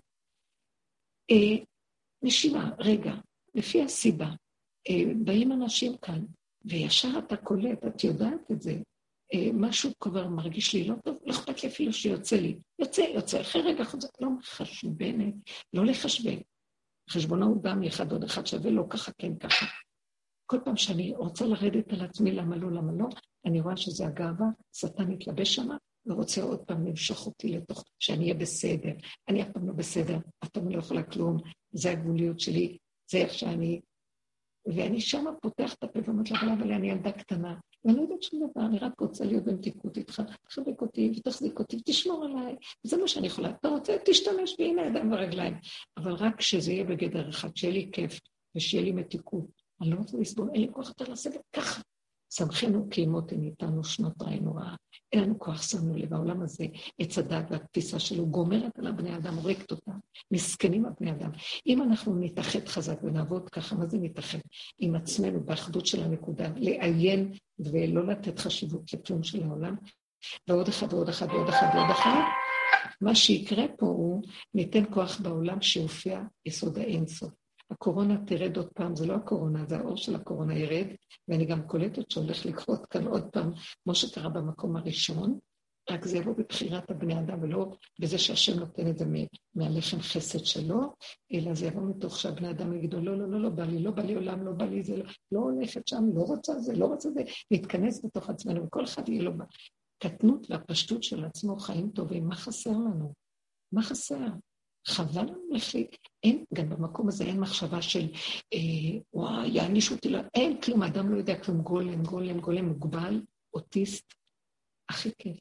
נשימה, רגע, לפי הסיבה, באים אנשים כאן, וישר אתה קולט, את יודעת את זה, משהו כבר מרגיש לי לא טוב, לא אכפת לי אפילו שיוצא לי. יוצא, אחרי רגע חוזר, לא מחשבנת, לא לחשבן. חשבונה הוא גם אחד עוד אחד שווה, לא ככה, כן ככה. כל פעם שאני רוצה לרדת על עצמי, למה לא, אני רואה שזה הגאווה, שטן יתלבש שמה, ורוצה עוד פעם למשוך אותי לתוך, שאני אהיה בסדר. אני אף פעם לא בסדר, אף פעם לא יכולה כלום, זה הגבוליות שלי, זה איך שאני... ואני שמה פותח את הפה ואומרת לה, אבל אני ילדה קטנה, ואני לא יודעת שום דבר, אני רק רוצה להיות במתיקות איתך, תחבק אותי ותחזיק אותי ותשמור עליי, וזה מה שאני יכולה, אתה רוצה, תשתמש בי, הנה ידיים ורגליים, אבל רק שזה יהיה בגדר אחד, שיהיה לי כיף ושיהיה לי מתיקות, אני לא רוצה לסבול, אין לי כוח יותר לשבת ככה, שמחנו כי אימותינו איתנו שנות ראינו רעה, אין לנו כוח, שמנו לב, העולם הזה, עץ הדת והתפיסה שלו, גומרת על הבני אדם, הורגת אותה, מסכנים הבני אדם. אם אנחנו נתאחד חזק ונעבוד ככה, מה זה נתאחד? עם עצמנו, באחדות של הנקודה, לעיין ולא לתת חשיבות לכלום של העולם, ועוד אחד ועוד אחד ועוד אחד ועוד אחד, מה שיקרה פה הוא, ניתן כוח בעולם שיופיע יסוד האינסוף. הקורונה תרד עוד פעם, זה לא הקורונה, זה האור של הקורונה ירד, ואני גם קולטת שהולך לקרות כאן עוד פעם, כמו שקרה במקום הראשון, רק זה יבוא בבחירת הבני אדם, ולא בזה שהשם נותן את זה מהלחם חסד שלו, אלא זה יבוא מתוך שהבני אדם יגידו, לא בא לי עולם, לא בא לי זה, לא הולכת שם, לא רוצה זה, להתכנס בתוך עצמנו, וכל אחד יהיה לו קטנות והפשטות של עצמו, חיים טובים, מה חסר לנו? מה חסר? חבל לנו להחליט, אין, גם במקום הזה אין מחשבה של וואי, יעניש אותי, אין כלום, האדם לא יודע כלום, גולם, מוגבל, אוטיסט, הכי כיף.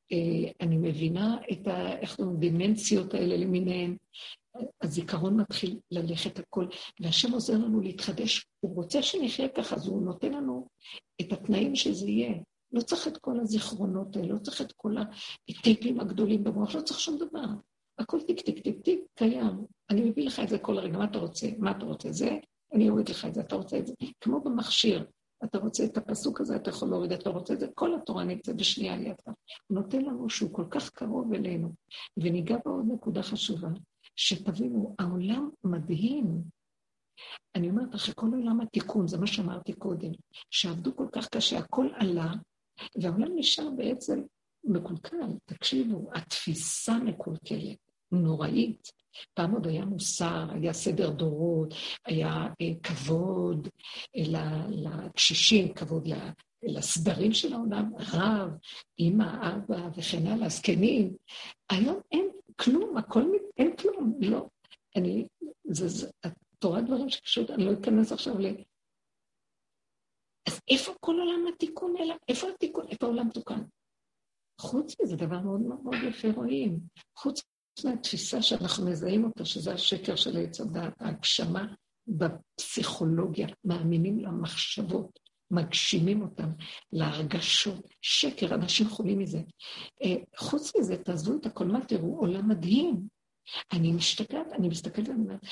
אני מבינה את הדימנציות האלה למיניהן, הזיכרון מתחיל ללכת הכל, והשם עוזר לנו להתחדש, הוא רוצה שנחיה ככה, אז הוא נותן לנו את התנאים שזה יהיה, לא צריך את כל הזיכרונות האלה, לא צריך את כל הטייפים הגדולים במוח, לא צריך שום דבר. הכל טיק, קיים. אני מביא לך את זה כל הרגע, מה אתה רוצה? זה, אני אוריד לך את זה, אתה רוצה את זה. כמו במכשיר, אתה רוצה את הפסוק הזה, אתה יכול להוריד, אתה רוצה את זה, כל התורה נמצא בשנייה לידך. הוא נותן לנו שהוא כל כך קרוב אלינו, וניגע בעוד נקודה חשובה, שתבינו, העולם מדהים. אני אומרת, אחרי כל עולם התיקון, זה מה שאמרתי קודם, שעבדו כל כך קשה, הכל עלה, והעולם נשאר בעצם מקולקל. תקשיבו, התפיסה מקולקלת. נוראית. פעם עוד היה מוסר, היה סדר דורות, היה כבוד לקשישים, כבוד לסדרים של העולם, רב, אמא, אבא וכן הלאה, זקנים. היום אין כלום, אין כלום, לא. זה תורת דברים שפשוט, אני לא אכנס עכשיו אז איפה כל עולם התיקון? איפה התיקון? איפה העולם תוקן? חוץ מזה, דבר מאוד מאוד יפה רואים. חוץ מהתפיסה שאנחנו מזהים אותה, שזה השקר של עץ הדת, ההגשמה בפסיכולוגיה, מאמינים למחשבות, מגשימים אותם, להרגשות, שקר, אנשים חולים מזה. חוץ מזה, תעזבו את הכל, מה תראו, עולם מדהים. אני משתגעת, אני מסתכלת ואני אומרת,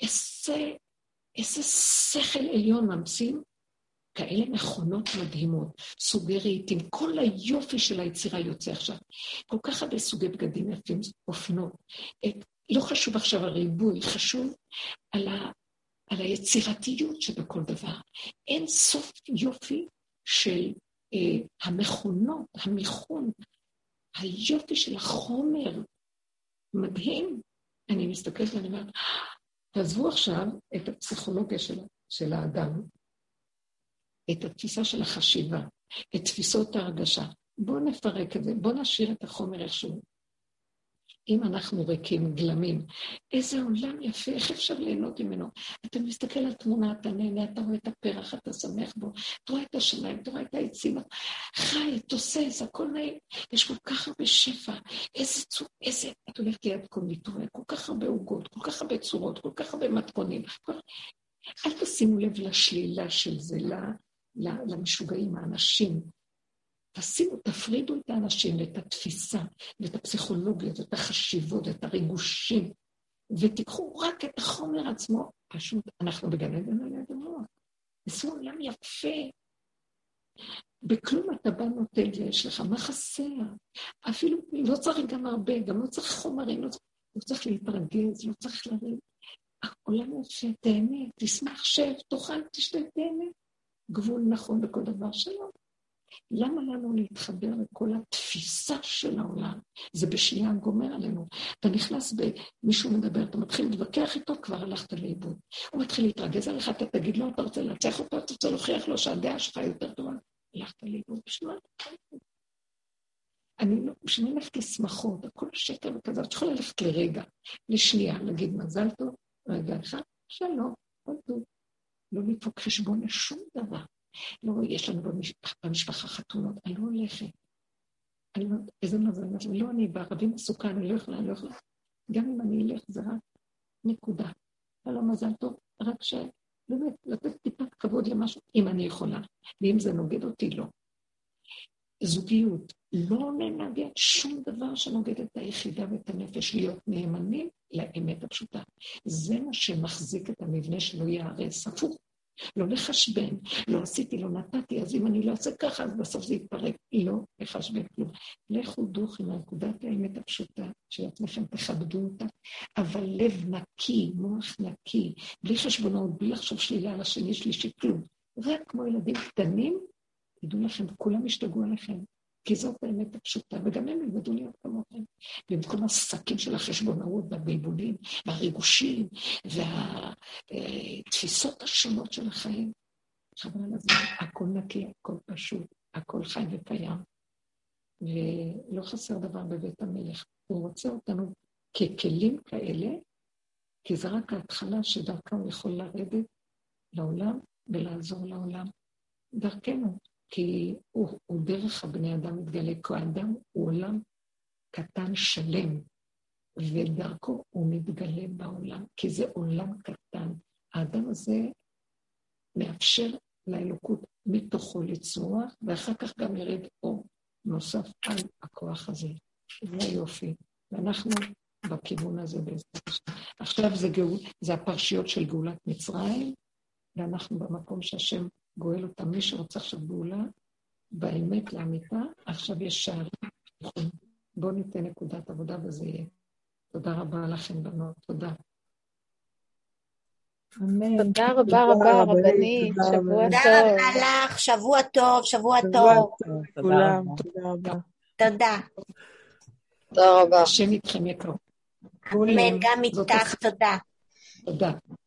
איזה שכל עליון ממציאים, כאלה מכונות מדהימות, סוגי רהיטים, כל היופי של היצירה יוצא עכשיו. כל כך הרבה סוגי בגדים יפים, אופנות. לא חשוב עכשיו הריבוי, חשוב על היצירתיות שבכל דבר. אין סוף יופי של המכונות, המכון, היופי של החומר. מדהים. אני מסתכלת ואני אומרת, תעזבו עכשיו את הפסיכולוגיה של האדם, את התפיסה של החשיבה, את תפיסות ההרגשה. בואו נפרק את זה, בואו נשאיר את החומר איכשהו. אם אנחנו ריקים, גלמים, איזה עולם יפה, איך אפשר ליהנות ממנו? אתה מסתכל על תמונה, אתה נהנה, אתה רואה את הפרח, אתה שמח בו, אתה רואה את השמיים, אתה רואה את העצים, חי, תוסס, הכל נעים, יש כל כך הרבה שפע, איזה, את הולכת ליד קונדיטוריה, כל כך הרבה עוגות, כל כך הרבה צורות, כל כך הרבה מתכונים, אל תשימו לב לשלילה של זה, למשוגעים, האנשים, תפרידו את האנשים, ואת התפיסה, ואת הפסיכולוגיה, ואת החשיבות, ואת הריגושים, ותיקחו רק את החומר עצמו, פשוט אנחנו בגן עדן על יד המוח. זה עולם יפה. בכלום אתה בא נוטל ויש לך, מה חסר? אפילו לא צריך גם הרבה, גם לא צריך חומרים, לא צריך להתרגז, לא צריך לריב. העולם יפה, תהנה, תשמח, שב, תאכל, תשתה, תהנה. גבול נכון בכל דבר שלו. למה לנו להתחבר לכל התפיסה של העולם? זה בשנייה גומר עלינו. אתה נכנס במישהו מדבר, אתה מתחיל להתווכח איתו, כבר הלכת לאיבוד. הוא מתחיל להתרגז עליך, אתה תגיד לו, אתה רוצה לנצח אותו, אתה רוצה להוכיח לו שהדעה שלך יותר טובה. הלכת לאיבוד, בשביל מה? אני לא, בשביל ללכת לשמחות, הכל שקר וכזה, את יכולה ללכת לרגע, לשנייה, להגיד מזל טוב, רגע אחד, שלום, כל טוב. לא לדפוק חשבון לשום דבר. לא, יש לנו במשפחה חתונות, אני לא הולכת. איזה מזל, לא, אני בערבים מסוכן, אני לא יכולה. גם אם אני אלך, זה רק נקודה. לא מזל טוב, רק באמת, לתת טיפת כבוד למשהו, אם אני יכולה. ואם זה נוגד אותי, לא. זוגיות, לא ננגד שום דבר שנוגד את היחידה ואת הנפש, להיות נאמנים לאמת הפשוטה. זה מה שמחזיק את המבנה שלו יערס, הפוך. לא לחשבן, לא עשיתי, לא נתתי, אז אם אני לא אעשה ככה, אז בסוף זה יתפרק. לא לחשבן כלום. לכו דוך עם נקודת האמת הפשוטה, שעצמכם תכבדו אותה, אבל לב נקי, מוח נקי, בלי חשבונות, בלי לחשוב שלילה על השני, שלישי, כלום. רק כמו ילדים קטנים, תדעו לכם, כולם ישתגעו עליכם, כי זאת האמת הפשוטה, וגם הם ילמדו להיות כמוכם. במקום השקים של החשבונאות והבלבולים, והריגושים, והתפיסות השונות של החיים, חבל על הזמן, הכל נקי, הכל פשוט, הכל חי וקיים, ולא חסר דבר בבית המלך. הוא רוצה אותנו ככלים כאלה, כי זה רק ההתחלה שדרכה הוא יכול לרדת לעולם ולעזור לעולם דרכנו. כי הוא דרך הבני אדם מתגלה, כי האדם הוא עולם קטן שלם, ודרכו הוא מתגלה בעולם, כי זה עולם קטן. האדם הזה מאפשר לאלוקות מתוכו לצמוח, ואחר כך גם ירד אור נוסף על הכוח הזה. זה היופי. ואנחנו בכיוון הזה בעזרת השם. עכשיו זה הפרשיות של גאולת מצרים, ואנחנו במקום שהשם גואל אותה, מי שרוצה עכשיו גאולה, באמת לאמיתה, עכשיו יש שערים. בואו ניתן נקודת עבודה וזה יהיה. תודה רבה לכם בנות, תודה. אמן. תודה רבה רבה רבנית, שבוע תודה טוב. רבה לך, שבוע טוב, שבוע טוב. כולם, תודה רבה. תודה. תודה רבה. השם איתכם יקר. אמן, גם איתך, תודה. תודה.